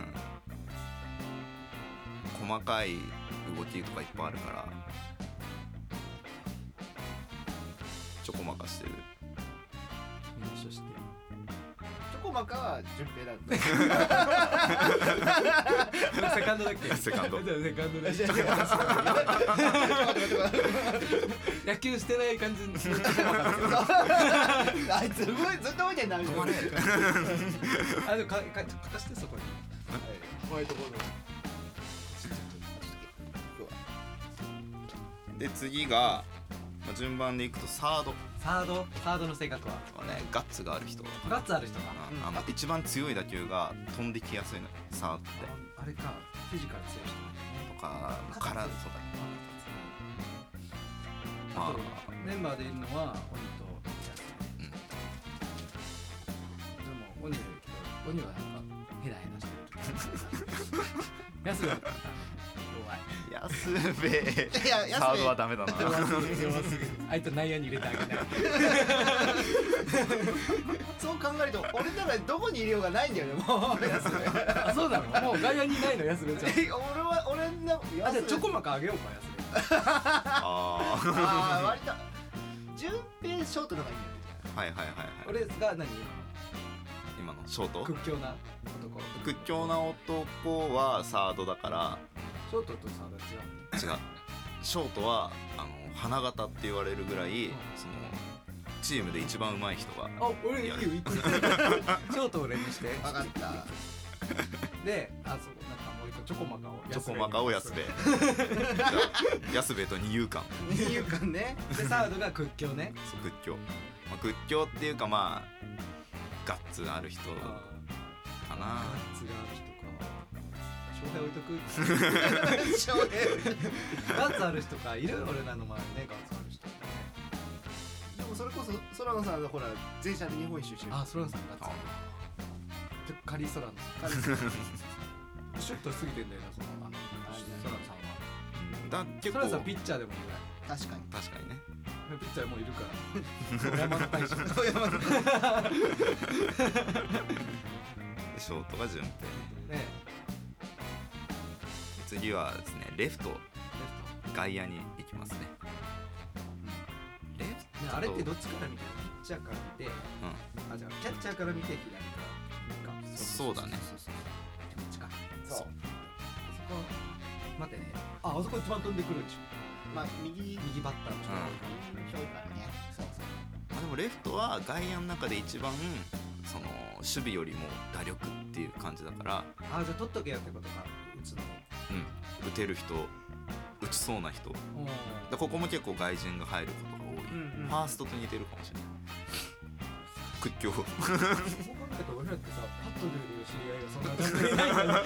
B: 細かい動きとかいっぱいあるからちょこまかしてる。
C: 優勝してる。
A: チョコマカは順平だった。
C: セカンドだっけ？
B: セカンド。
C: セカンドだ。野球してない感じのチョコマカ。
A: あいつずっと見てんだみたいな。
C: あでも貸してそこに。
A: ホワイトボード。
B: で次が、順番でいくとサード
C: の性格は
B: ね、ガッツがある人、
C: ガッツある人が、
B: 一番強い打球が飛んできやすいのサードって。
C: あれか、フィジカル強い人
B: とか体、そうだね。
C: あとメンバーでいるのは鬼とヤス。でも鬼はなんかヘラヘラしてる。ヤスが
B: 安部サードはダメだな。
C: あいつ内野に入れてあげない。
A: そう考えると俺ならどこに入れようがないんだよね、もう。安部。
C: あ、そうなの？もう外野にいないの、安部ちゃん。
A: 俺の
C: じゃあチョコマカあげようか、安部。
A: ああ、割と順平ショートの方がいいんだよ。
B: はいはいはいはい。
C: 俺が何？
B: 今のショート？
C: 屈強な男。
B: 屈強な男はサードだから。
C: ショートとサードは違う。
B: 違う。ショートは花形って言われるぐらい、そのチームで一番上手い人が。
C: あ、俺いいよ、行く。ショートを俺にして。
A: 分かった。
C: で、そうなんかもう一個チョコマカを。
B: チョコマカを安部。安部と二遊間。
A: 二遊間ね。
C: でサードが屈強ね。
B: そう、屈強。屈強っていうかガッツある人かな。
C: ガッツがある人か。翔平置いとく。
A: 翔平。
C: ガッツある人か、いる俺らの周りね、ガッツある人。
A: でもそれこそ空野さんがほら前者で日本一周してる。
C: あ、空野さんガッツ。カリー空野さん。シュッと過ぎてんだよな、空野さんは。
B: 結構
C: 空野さんピッチャーでもいいぐらい。
A: 確かに
B: ね。
C: ピッチャーもういるから。山の大将。
B: ショートが順平
C: ね。
B: 次はですね、レフト外野に行きますね。レフト
C: あれってどっちから見てる？ピッチャーから見て、あ、じゃあキャッチャーから見て左から。
B: そうだね。
C: こっちか。そう。あそこ待ってね。あそこ一番飛んでくるでしょ。右バッターの人が多いからね。そうそう。
B: でもレフトは外野の中で一番その守備よりも打力っていう感じだから。
C: じゃあ取っとけよってことか。打つの。
B: 打てる人、打ちそうな人。ここも結構外人が入ることが多い。ファーストと似てるかもしれない。屈強。
C: そう考えたら俺らってさ、パッと出る知り合いがそんな感じでいないから。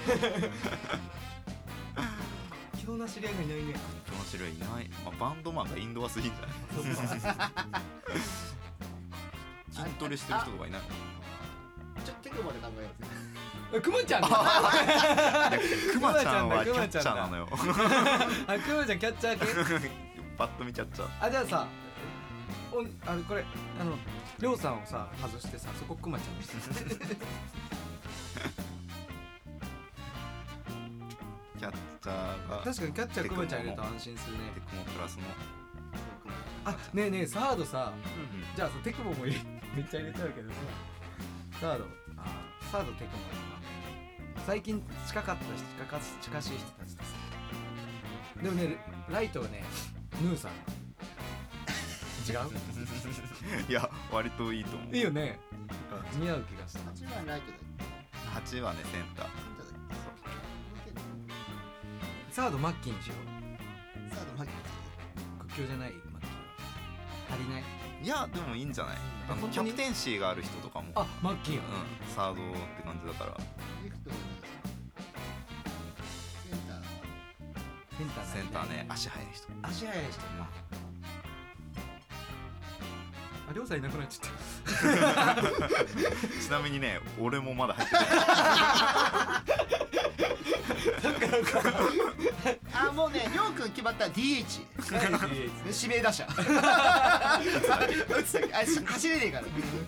C: 屈強な知り合いがいないね。
B: 屈強な知り合いいない。バンドマンがインドアすぎんじゃない？筋トレしてる人とかいない？
A: ちょっとテクまで考えようぜ。
C: クマちゃんだ。
B: クマちゃんはキャッチャーなのよ。
C: クマちゃんキャッチャー系？
B: パッと見ちゃっちゃう。
C: じゃあさ、これりょうさんをさ外してさ、そこクマちゃんにして。
B: キャッチャーが
C: 確かにキャッチャークマちゃん入れると安心するね。
B: テクモプラスの。
C: ねえねえ、サードさ、じゃあテクモもめっちゃ入れちゃうけどさ、サードテクモ最近近しい人たちです。でもね、ライトはね、ヌーさん。違う？
B: いや、割といいと思う。
C: いいよね。似合う気がした。
A: 8番ライトだっけ？
B: 8はね、センター。
C: サードマッキーにしよ
A: う。サードマッキー。
C: 屈強じゃないマッキー。足りない？
B: いや、でもいいんじゃない？キャプテンシーがある人とかも。
C: マッキーが。
B: サードって感じだから。センターね、足速い人。
A: 足速い人か。
C: りょうさんいなくなっちゃった。
B: ちなみにね、俺もまだ入ってない。
A: あ、もうね、りょうくん決まった DH 指名打者打つだけ、あ、走れねえから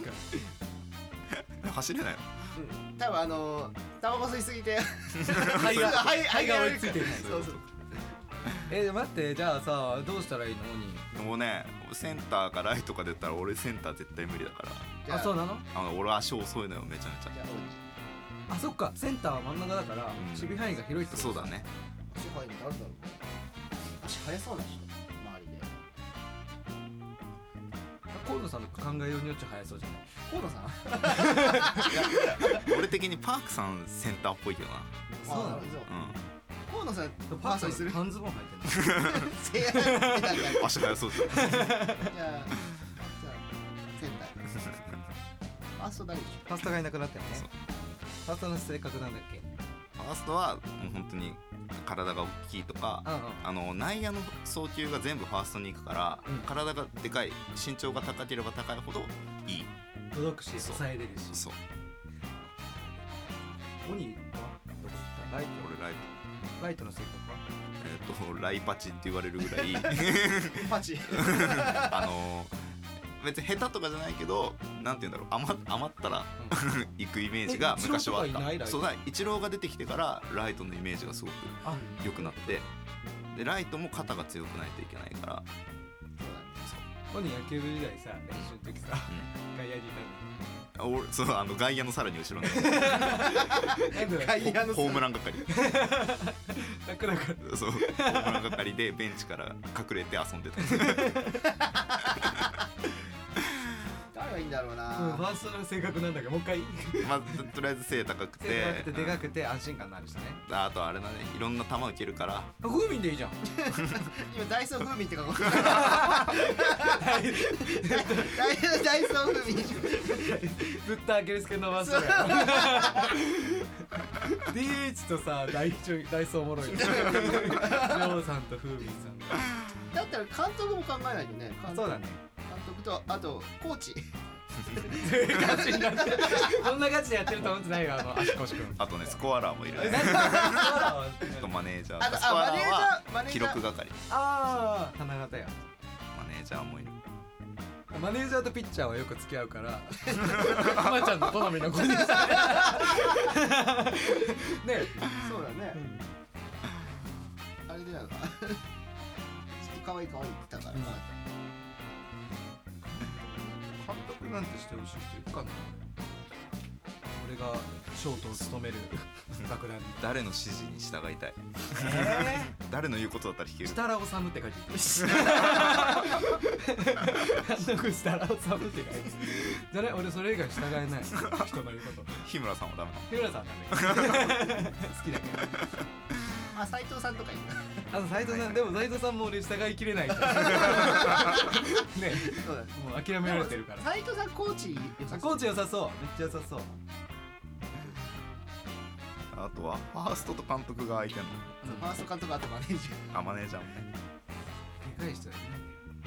B: 走れないの？
A: 多分タバコ吸いすぎて
C: 肺が追いついてる。
A: そうそう。
C: 待って、じゃあさ、どうしたらいいのに。
B: もうね、センターかライトかで言ったら俺センター絶対無理だから。
C: あ、そうなの？
B: 俺足遅いのよ、めちゃめちゃ。
C: あ、そっか、センターは真ん中だから、守備範囲が広いってこと。
B: そうだね。
A: 足速いの誰だろう。足速そうな人周りで。
C: 河野さんの考えようによっちゃ速そうじゃない？
A: 河野さん
B: 俺的にパークさんセンターっぽいけどな。
A: そうなの？河野さん
C: パークさん半ズボン履いてる
B: 足速そうじゃん。
A: じゃあセンターファースト誰でしょ？
C: ファーストがいなくなったよね。ファーストの性格なんだっけ？
B: ファーストはもう本当に体が大きいとか、内野の送球が全部ファーストに行くから、体がでかい、身長が高ければ高いほどいい。
C: 届くし、抑えれるし。
B: そう。
C: 鬼はどこ行った？ライト。
B: 俺ライト。
C: ライトの性格は？
B: ライパチって言われるぐらい
A: パチ
B: 別に下手とかじゃないけど、なんて言うんだろう、余ったら行くイメージが昔はあった。そうだ、イチローが出てきてからライトのイメージがすごく良くなって、でライトも肩が強くないといけないから。
C: そうだね。野球部時代さ、練習の時さ、外野にいたの。
B: 俺そう外野のさらに後ろの
A: 外野の
B: ホームラン係
C: 楽だから。
B: そう、ホームラン係でベンチから隠れて遊んでた
A: 誰がいいんだろうな。
C: ファーストの性格なんだけど、もう一回
B: まあとりあえず背高くて
C: でかくて安心感のある人ね。
B: あとあれだね、いろんな球打けるから。
C: 風味でいいじゃん。
A: 今ダイソー風味って書こう。ダイソー風味。
C: ずっとアキレス腱伸ばすやろ。DH とさ、ダイソーおもろいよ。りょうさんと風味さん。
A: だったら監督も考えないとね。
C: そうだね。
A: 監督とあとコーチ。
C: ガチになって。こんなガチでやってると思ってないよ、足腰くん。
B: あとね、スコアラーもいるね。とマネージャー。
A: あ、
B: スコアラーは
A: 記
B: 記録係。
C: ああ、花形や。
B: マネージャーもいる。
C: マネージャーとピッチャーはよく付き合うから、浜ちゃんの好みの子にさ。ね、
A: そうだね。あれでなんか、ちょっと可愛いって言ったから。
C: 監督なんてしてほしい人いるかな。俺がショートを務める楽団に
B: 誰の指示に従いたい？誰の言うことだったら弾ける？
C: 設楽治って書いてる。監督設楽治って書いてる。じゃね、俺それ以外従えない人の言うこと。
B: 日村さんはダメなの？
C: 日村さんだね。好きだけど。
A: あ、斉藤さんとかいる。
C: 斉藤さん、でも斉藤さんも俺従いきれない。ね、
A: そうだね。
C: もう諦められてるから。
A: 斉藤さんコーチ
C: コーチ良さそう。めっちゃ良さそう。
B: あとはファーストと監督が空いてんの。
A: ファースト監督、あとマネージャー。
B: あ、マネージャーもね。
C: でかい人だよね。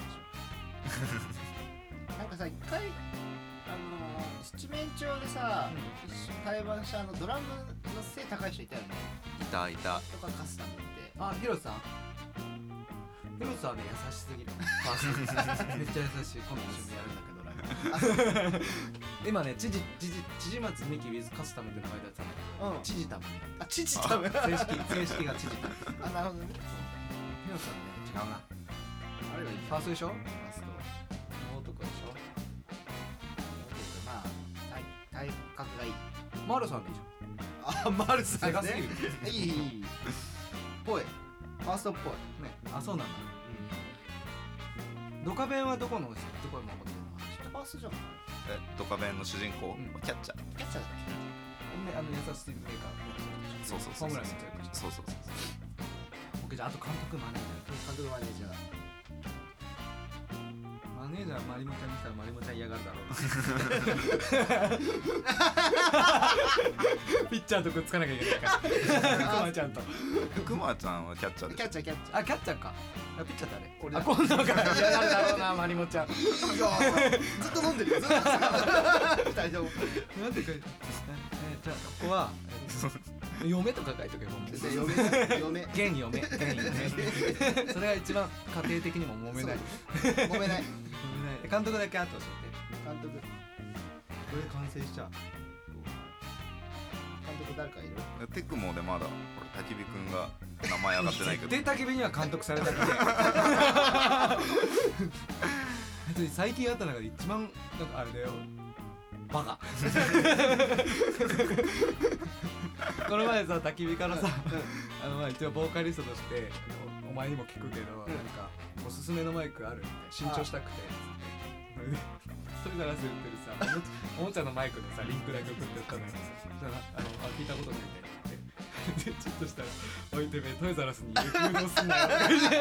A: なんかさ、一回七面鳥でさ、一緒に対バンしたドラムの背高い人いたよね。
B: いた。
A: とかカスタムって。
C: あ、ヒロさん。ヒロさんはね、優しすぎる。めっちゃ優しい。今度一緒にやるんだけどライブ。今ね、知事松美希 with カスタムって名前でやってたんだけど、知事タム。
A: あ、知事タム。
C: 正式が知事タム。
A: あ、なるほどね。
C: ヒロさんね、違うな。
A: あれがいい。
C: ファーストでしょ？
A: ファースト。
C: 男でしょ？
A: まあ、体格がいい。
C: マルさんでいいじ
A: ゃん。あ、マルさんね。
C: でかすぎる。
A: いい。ぽい。ファーストっぽい。
C: ね。あ、そうなんだ。ドカベンはどこ守ってるの？
A: ファーストじゃん。
B: ドカベンの主人公はキャッチャー。
A: キャッチャーだっけ？
C: 優しいメーカー。
B: そう。
C: ホームラン打つやつ。
B: そう。
C: 僕じゃあ、あと監督マネージャー。
A: マネージャー。
C: マネージャーマリモちゃんにしたらマリモちゃん嫌がるだろう。ピッチャーとくっつかなきゃいけないから。クマちゃんと。
B: クマちゃんはキャッチャーで。
A: キャッチャー。
C: あ、キャッチャーか。ピッチャー誰？あ、今度から嫌がるだろうな、マリモちゃん。いや
A: ずっと飲んでるよ。ずっと。二人とも。
C: なんて書いて。じゃあここは嫁とか書いとけば
A: 嫁
C: 現嫁それが一番家庭的にも揉めない監督だけあと教えて。
A: 監督これで完成しちゃう。監督誰かいる？
B: テクモでまだ焚き火くんが名前上がってないけど
C: で焚き火には監督されたくて最近あった中で一番なんかあれだよ、バカこの前さ焚き火からさ一応ボーカリストとしてお前にも聞くけど、なんかおすすめのマイクあるみたいな、新調したくてそれでトイザらス売ってるさおもちゃのマイクのさリンクだけ送ってやったのよ。聞いたことないんだよでちょっとしたら「おいてめえトイザらスに誘導すんなよ」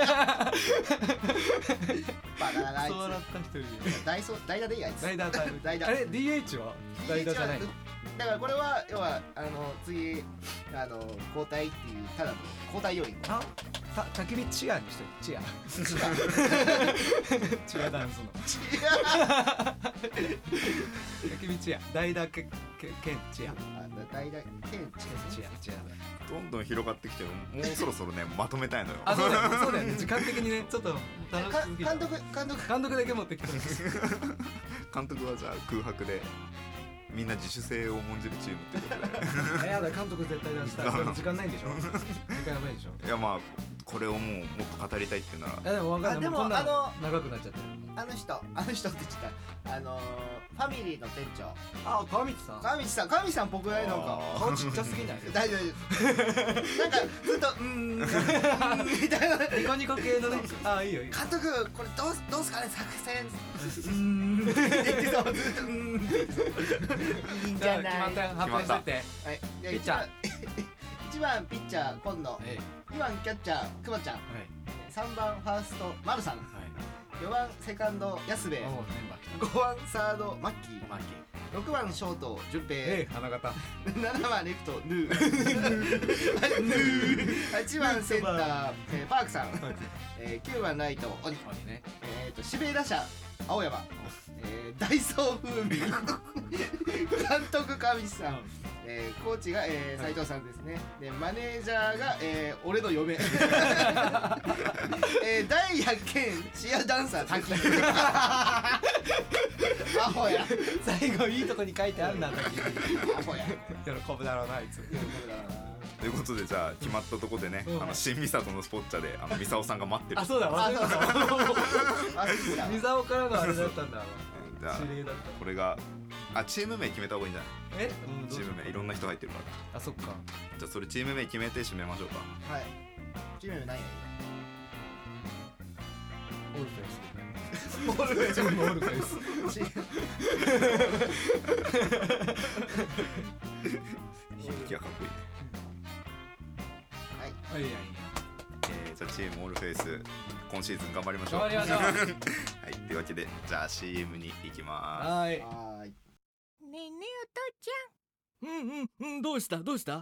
A: バカだなあいつ。
C: そうなった一人で
A: 代打でいいあいつ。
C: 代打あれ DH は代打じゃないの？
A: だからこれは要は次交代っていうただの交代要員。
C: 焚き火チアにしてチアチアダンスの焚き火チア代打兼チア
A: 代打兼チ
C: ア
B: どんどん広がってきてもうそろそろねまとめたいのよ。
C: そうだよね時間的にねちょっと楽しすぎる。監督だけ持ってきてる
B: 監督はじゃあ空白でみんな自主性を重んじるチームってことで
C: やだ監督絶対出したい。時間ないんでしょ時間やばいでしょ。
B: いやまあこれをもうもっと語りたいっていうなら
C: でも分かんない。
A: でも
C: こんなの長くなっちゃってる。
A: あの人って言っちゃったファミリーの店長
C: 川道さん僕がなんか顔ちっちゃすぎない？
A: 大丈夫なんかずっとみたいな
C: ニコニコ系のね。いいよ
A: 監督これどうすかね作戦って言ってそうずっといいんじゃない。
C: 決まったよ発表してって。
A: はい
C: ピッチャー
A: 1番ピッチャー今野、2番キャッチャーくまちゃん、3番ファースト丸さん、4番セカンド安部、5番サードマッキー、6番ショート順平、
C: 花形、
A: 7番レフトヌー8番センターパークさん、9番ライト鬼、指名打者青山、ダイソー風味監督上地さん、コーチが、斉藤さんですね。でマネージャーが、俺の嫁ダイヤ兼チアダンサー滝アホや
C: 最後いいとこに書いてあるんだ滝
A: アホや
C: 喜ぶだろうなあいつ。
B: ということでじゃあ決まったところでね、新三郷のスポッチャで三沢さんが待ってる。
C: そうだ忘れてた三沢からのあれだったんだ。
B: じゃあこれがチーム名決めた方がいいんじゃない？チーム名いろんな人入ってるから。
C: そっか。
B: じゃあそれチーム名決めて締めましょうか。
A: はい。チーム名何やいい？
C: オールフェイス。オールフェイス。
B: 響きがかっこいいね。
A: はい。
C: いいや。
B: じゃあチームオールフェイス今シーズン頑張りましょう。
C: 頑張りましょう。
B: はいというわけでじゃあ CM に行きます。
C: はい。
D: ねえねえお父ちゃん。どうした私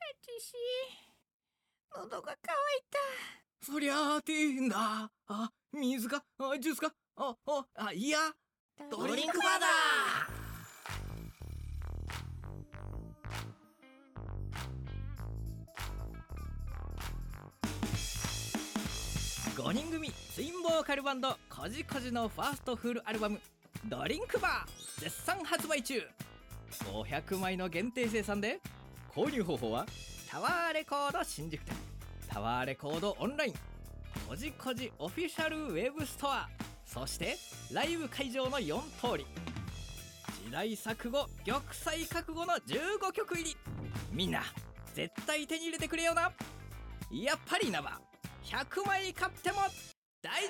D: 喉が渇いた。そりゃあてえんだ。水かジュースかいやドリンクバーだ。5人組ツインボーカルバンドコジコジのファーストフルアルバムドリンクバー絶賛発売中。500枚の限定生産で購入方法はタワーレコード新宿店、タワーレコードオンライン、コジコジオフィシャルウェブストア、そしてライブ会場の4通り。時代錯誤玉砕覚悟の15曲入り。みんな絶対手に入れてくれよな。やっぱり稲葉100枚買っても大丈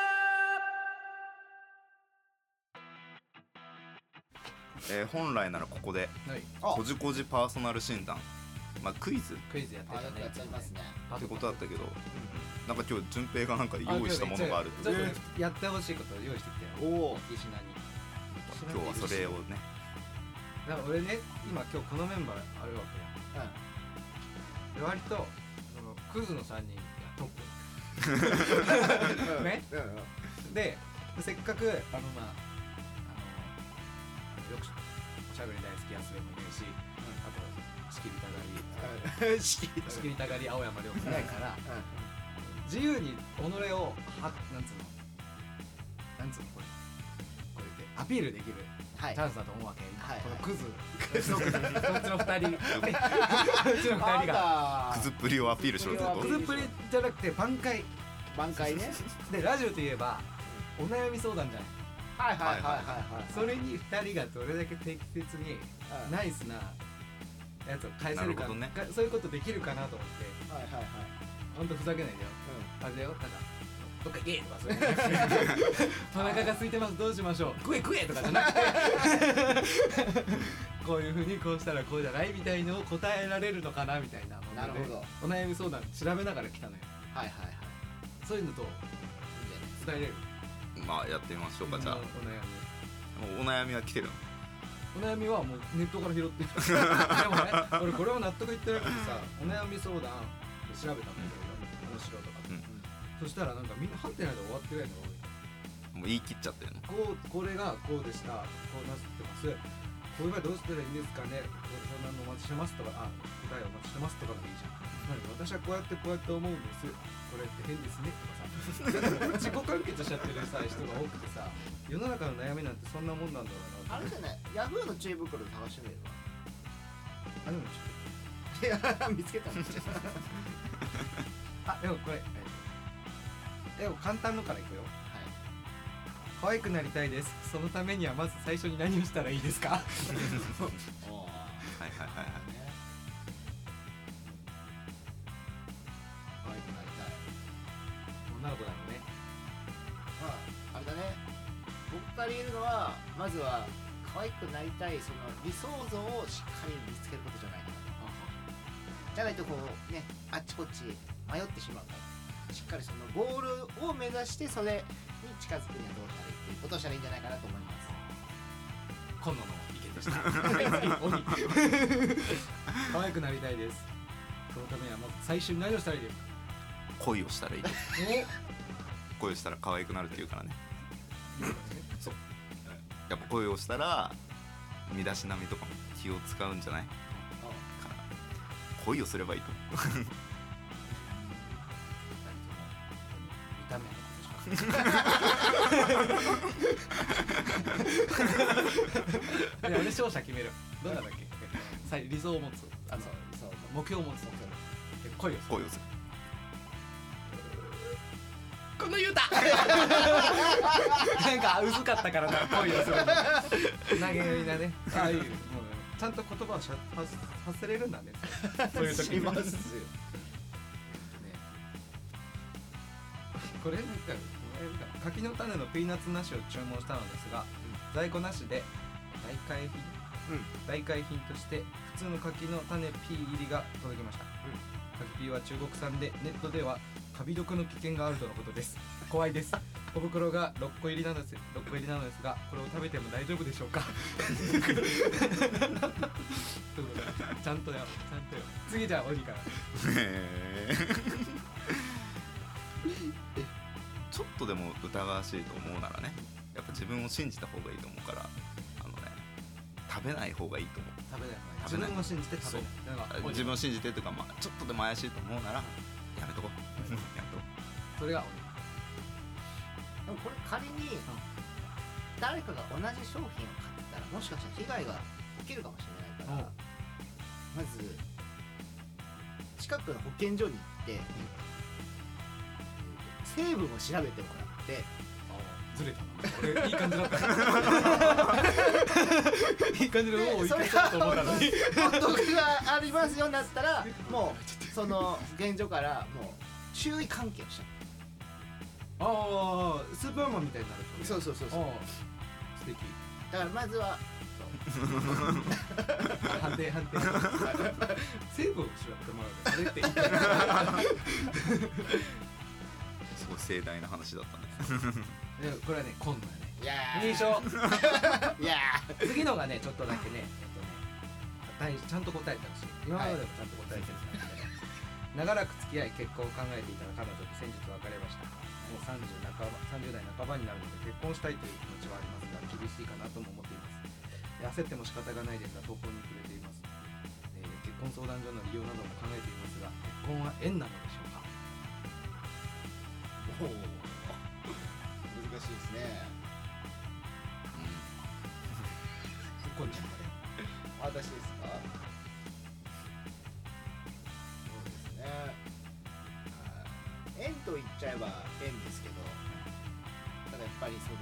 B: 夫。本来ならここでコジコジパーソナル診断、クイズ
C: やってたね。
A: やっちゃいますね。
B: ってことだったけど、なんか今日順平がなんか用意したものがあるって
C: ちょっとやってほしいことを用意してきたよ。
A: おお。
C: リシナに。
B: 今日はそれをね。
C: だから俺ね今このメンバーあるわけや。で割とクズの3人がトップ。ね。でせっかくよく喋しゃべり大好き安部もいないし、あと仕切りたがり青山亮もいないから、自由に己をなんつうのこれでアピールできるチャンスだと思うわけ、このクズそっちの2人が
B: クズっぷりをアピールしろってこと？
C: クズっぷりじゃなくて挽回ね。でラジオといえばお悩み相談じゃない。それに2人がどれだけ適切にナイスなやつを返せるか、そういうことできるかなと思って、ほんとふざけないでよ、あれだよ、なんかどっか行けとかそういうお腹が空いてますどうしましょう、食えとかじゃなくてこういう風にこうしたらこうじゃないみたいのを答えられるのかなみたいなもので、お悩み相談調べながら来たのよ。そういうのと伝えれる？
B: まあやってみましょうか。じゃあお悩みは来てるの？
C: お悩みはもうネットから拾ってきたでもね、俺これは納得いってなくてさ、お悩み相談で調べたんだけど、面白いとか、そしたらなんかみんなハテナで終わってないのが多い。
B: もう言い切っちゃってるの？
C: これがこうでした、こうなってます、こういう場合どうしたらいいんですかね、そんなのお待ちしてますとか、答えお待ちしてますとかでいいじゃん。私はこうやって思うんです、これって変ですねとかさ自己完結しちゃってるさ人が多くてさ、世の中の悩みなんてそんなもんなんだろうな。
A: あれじゃない、ヤフーの知恵袋で探してみれば。
C: あ、でも
A: いや見つけたの
C: あ、でもこれでも簡単のからいくよ。可愛くなりたいです。そのためにはまず最初に何をしたらいいですか？女の子だろうね。
A: あれだね、僕から言えるのはまずは可愛くなりたいその理想像をしっかり見つけることじゃないかなと。じゃないとこうね、あっちこっち迷ってしまうから、しっかりそのゴールを目指してそれに近づくにはどうしたらいいっていうことをしたらいいんじゃないかなと思います。
C: 今野の意見でした可愛くなりたいです。そのためにはまず最初に何をしたらいいですか？
B: 恋をしたらいい。恋をしたら可愛くなるって言うからね。そう、やっぱ恋をしたら身だしなみとかも気を使うんじゃないから恋をすればいいと思う。
C: 見た目のことしかあれ勝者決める。どんなだっけ？理想を持つ、目標を持つ、恋をする。この言うたなんか薄かったからな、恋をするの投げやりだね。ああいうちゃんと言葉を発せれるんだね。そういう時にますよ。これなんか柿の種のピーナッツなしを注文したのですが、在庫なしで代替品として普通の柿の種ピー入りが届きました。柿ピーは中国産で、ネットではカビ毒の危険があるとのことです。怖いです。小袋が6個入りなのですが、これを食べても大丈夫でしょうか？ちゃんとよ。次じゃあ鬼から。
B: ちょっとでも疑わしいと思うならね、やっぱ自分を信じた方がいいと思うから、食べない方がいいと思う。
C: 自分を信じて食べない。
B: 自分を信じてというか、ちょっとでも怪しいと思うならやめとこう。
C: それが
A: でもこれ仮に誰かが同じ商品を買ってたら、もしかしたら被害が起きるかもしれないから、まず近くの保健所に行って成分を調べてもらって。
C: ずれたな。俺いい感じだった。いい感じでもういけそうと思ったのに。
A: 毒がありますようになったら、もうその現状からもう注意喚起をしちゃう。
C: ああ、スーパーマンみたいになる。
A: そう。素敵。だからまずは
C: 判定。成分を調べてもらう。それっていい。
B: すごい盛大な話だったね。
C: これはね、今度はね。
A: いや
C: 認証。
A: いや
C: 次のがね、ちょっとだけね、ちゃんと答えてほしい。今までもちゃんと答えてるんですけど、長らく付き合い結婚を考えていた彼女と先日別れました。もう30代半ばになるので結婚したいという気持ちはありますが、厳しいかなとも思っています。 焦っても仕方がないですが投稿にくれています。結婚相談所の利用なども考えていますが、結婚は縁なのでしょうか。
A: おお難しいですね。
C: こんちゃん
A: 私ですか。そうですね、縁と言っちゃえば縁ですけど、ただやっぱりそ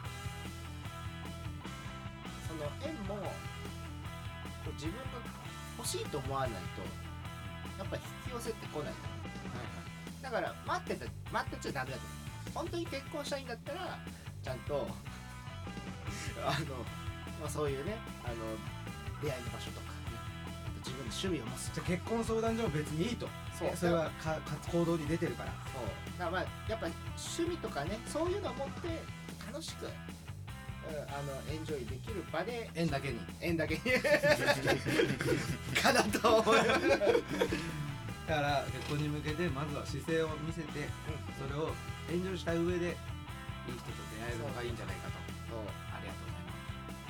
A: の縁もこう自分が欲しいと思わないとやっぱ引き寄せてこない、だから待ってちゃダメだと思う。本当に結婚したいんだったらちゃんとそういうね出会いの場所とか、自分の趣味を持つ。
C: じゃあ結婚相談所も別にいいと。それは行動に出てるから。
A: そうだからまあやっぱ趣味とかね、そういうのを持って楽しくエンジョイできる場で
C: 縁だけに
A: かなと思います。
C: だから結婚に向けてまずは姿勢を見せて、それをエンジョイした上でいい人と出会えるのがいいんじゃないかと。ありがとうございます。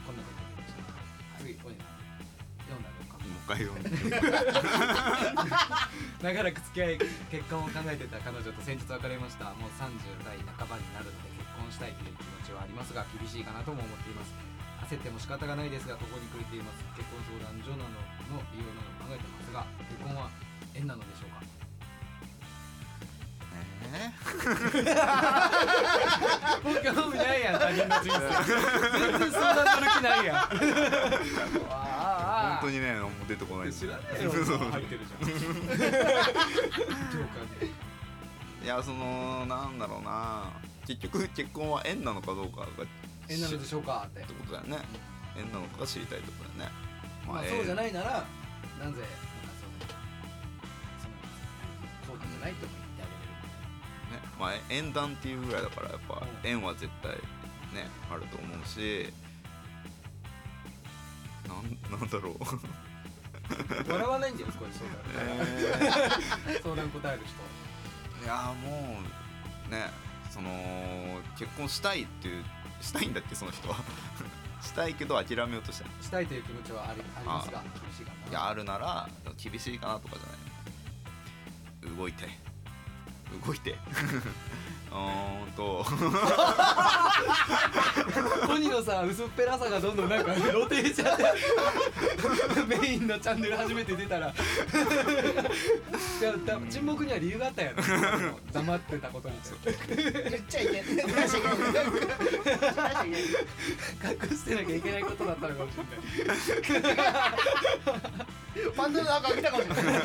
C: こんなこと言ってました。次おねさん読んだのか。
B: もう一回読んで
C: 長らく付き合い結婚を考えていた彼女と先日別れました。もう30代半ばになるので結婚したいという気持ちはありますが、厳しいかなとも思っています。焦っても仕方がないですが、ここにくれています。結婚相談所などの利用など考えてますが、結婚は縁なのでしょうか。もう興味ないやん、他人の人生全然相談する気ないやん。
B: 本当にね、もう出てこないんですよ。
C: 知らないよ、入ってるじゃん。
B: いや、なんだろうな、結局結婚は縁なのかどうかが
C: 縁なのでしょうかって
B: ことだよね。縁なのかが知りたいところだよね。
C: まあそうじゃないならなぜそうなんじゃないとも言ってあげれる
B: ね。まあ縁談っていうぐらいだからやっぱ縁は絶対ねあると思うし、なんだろう。
C: 笑わないんだよ、これ相談答える人。
B: いやもうね、結婚したいんだってその人はしたいけど諦めようと
C: したいという気持ちはありますが厳しいかな。
B: いやあるなら厳しいかなとかじゃない。動いて
C: ポニーのさ薄っぺらさがどんどんなんか露呈しちゃってメインのチャンネル初めて出たらいや沈黙には理由があったよね。黙ってたことに
A: 言っちゃいけない隠
C: してなきゃいけないことだったのかもしれない。
A: パンドの中開けたかもしれない。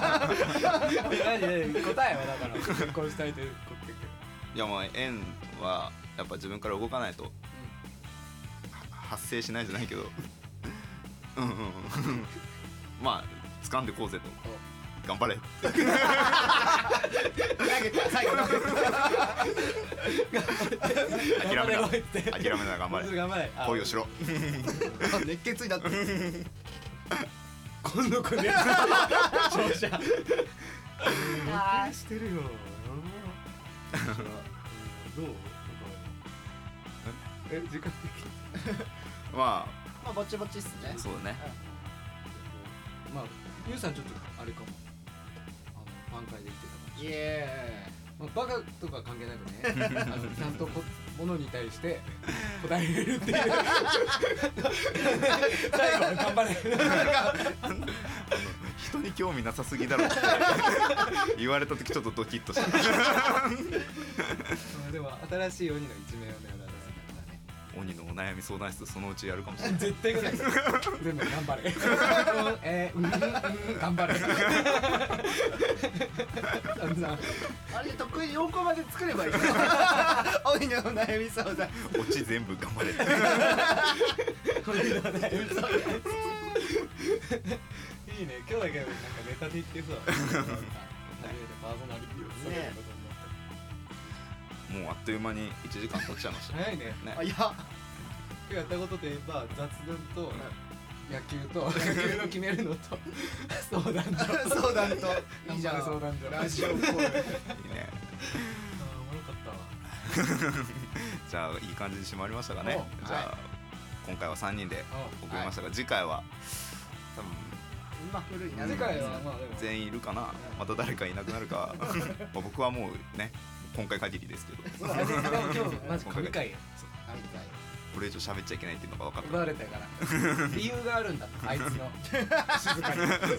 C: 何答えはだから結婚したいということ。
B: いやまあ縁はやっぱ自分から動かないと、発生しないじゃないけどまあ掴んでこうぜと、頑張れ
A: 最後
B: 諦めな頑張れ恋をしろ
A: 熱血になって
C: 今度これ勝者してるよ。どう？時間的
B: ま
A: あぼちぼちっすね。
B: そうだね。
C: まあゆうさんちょっとあれかも、挽回できてたかもしれない。
A: イエ
C: ーイ。バカとか関係なくね、ちゃんとものに対して答えれるっていう最後頑張れ
B: 人に興味なさすぎだろって言われた時ちょっとドキッとした
C: でも新しい鬼の一面をね、浦田さんだからね。
B: 鬼のお悩み相談室そのうちやるかもしれない。
C: 絶対来ない全部頑張れ頑張れ
A: あれで得意4個まで作ればいい鬼の悩み相談
B: オチ全部頑張れ
C: 鬼の悩み相談いいね、今日だけなんかネタで言ってさ初めてパーソナリティを務めることになった。
B: もうあっという間に1時間経っちゃいました
C: 早いね。
A: いや
C: 今日やったことといえば雑談と野球の決めるのと相談と
A: いいじゃん、
C: 相談所
A: ラジオコールいいね。
C: おもろかったわ
B: じゃあいい感じに締まりましたかね。じゃあ今回は3人で送りましたが、次回は多分
C: 次回は
B: 全員いるかな、また誰かいなくなるか僕はもうね今回限りですけど
C: でも今日マジ神回
B: これ以上喋っちゃいけないっていうのが分かった。
C: 奪われたから理由があるんだあいつの静かに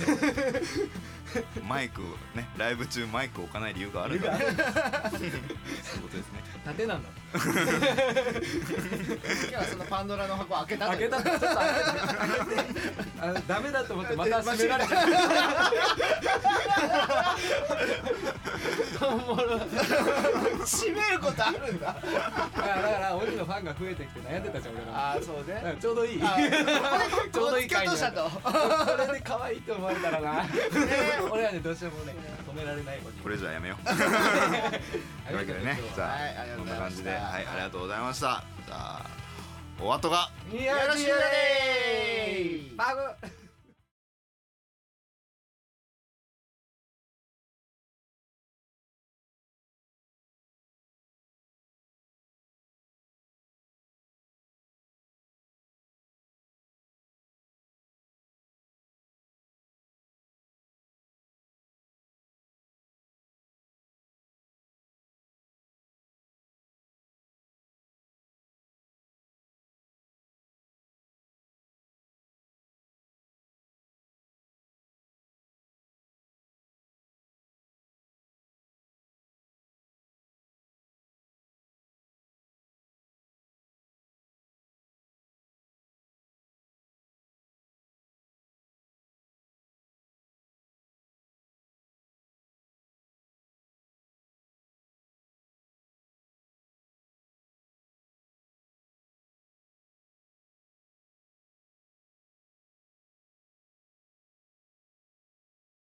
B: マイクをねライブ中マイクを置かない理由があるんだそういうことですね。
C: 盾なんだ
A: 今日はそのパンドラの箱開けた
C: ちょっと開けてダメだと思ってまた閉められちゃう
A: 閉めることあるんだ。
C: だから鬼のファンが増えてきて悩んでたじゃん俺ら。
A: ああそうね。
C: ちょうどいいちょうどいい回になった。これで可愛いと思われたらな俺はねどうしてもね止められない。
B: これじゃやめようというわけでね、じゃあこんな感じでありがとうございました。じゃあお後が
C: いやーバグ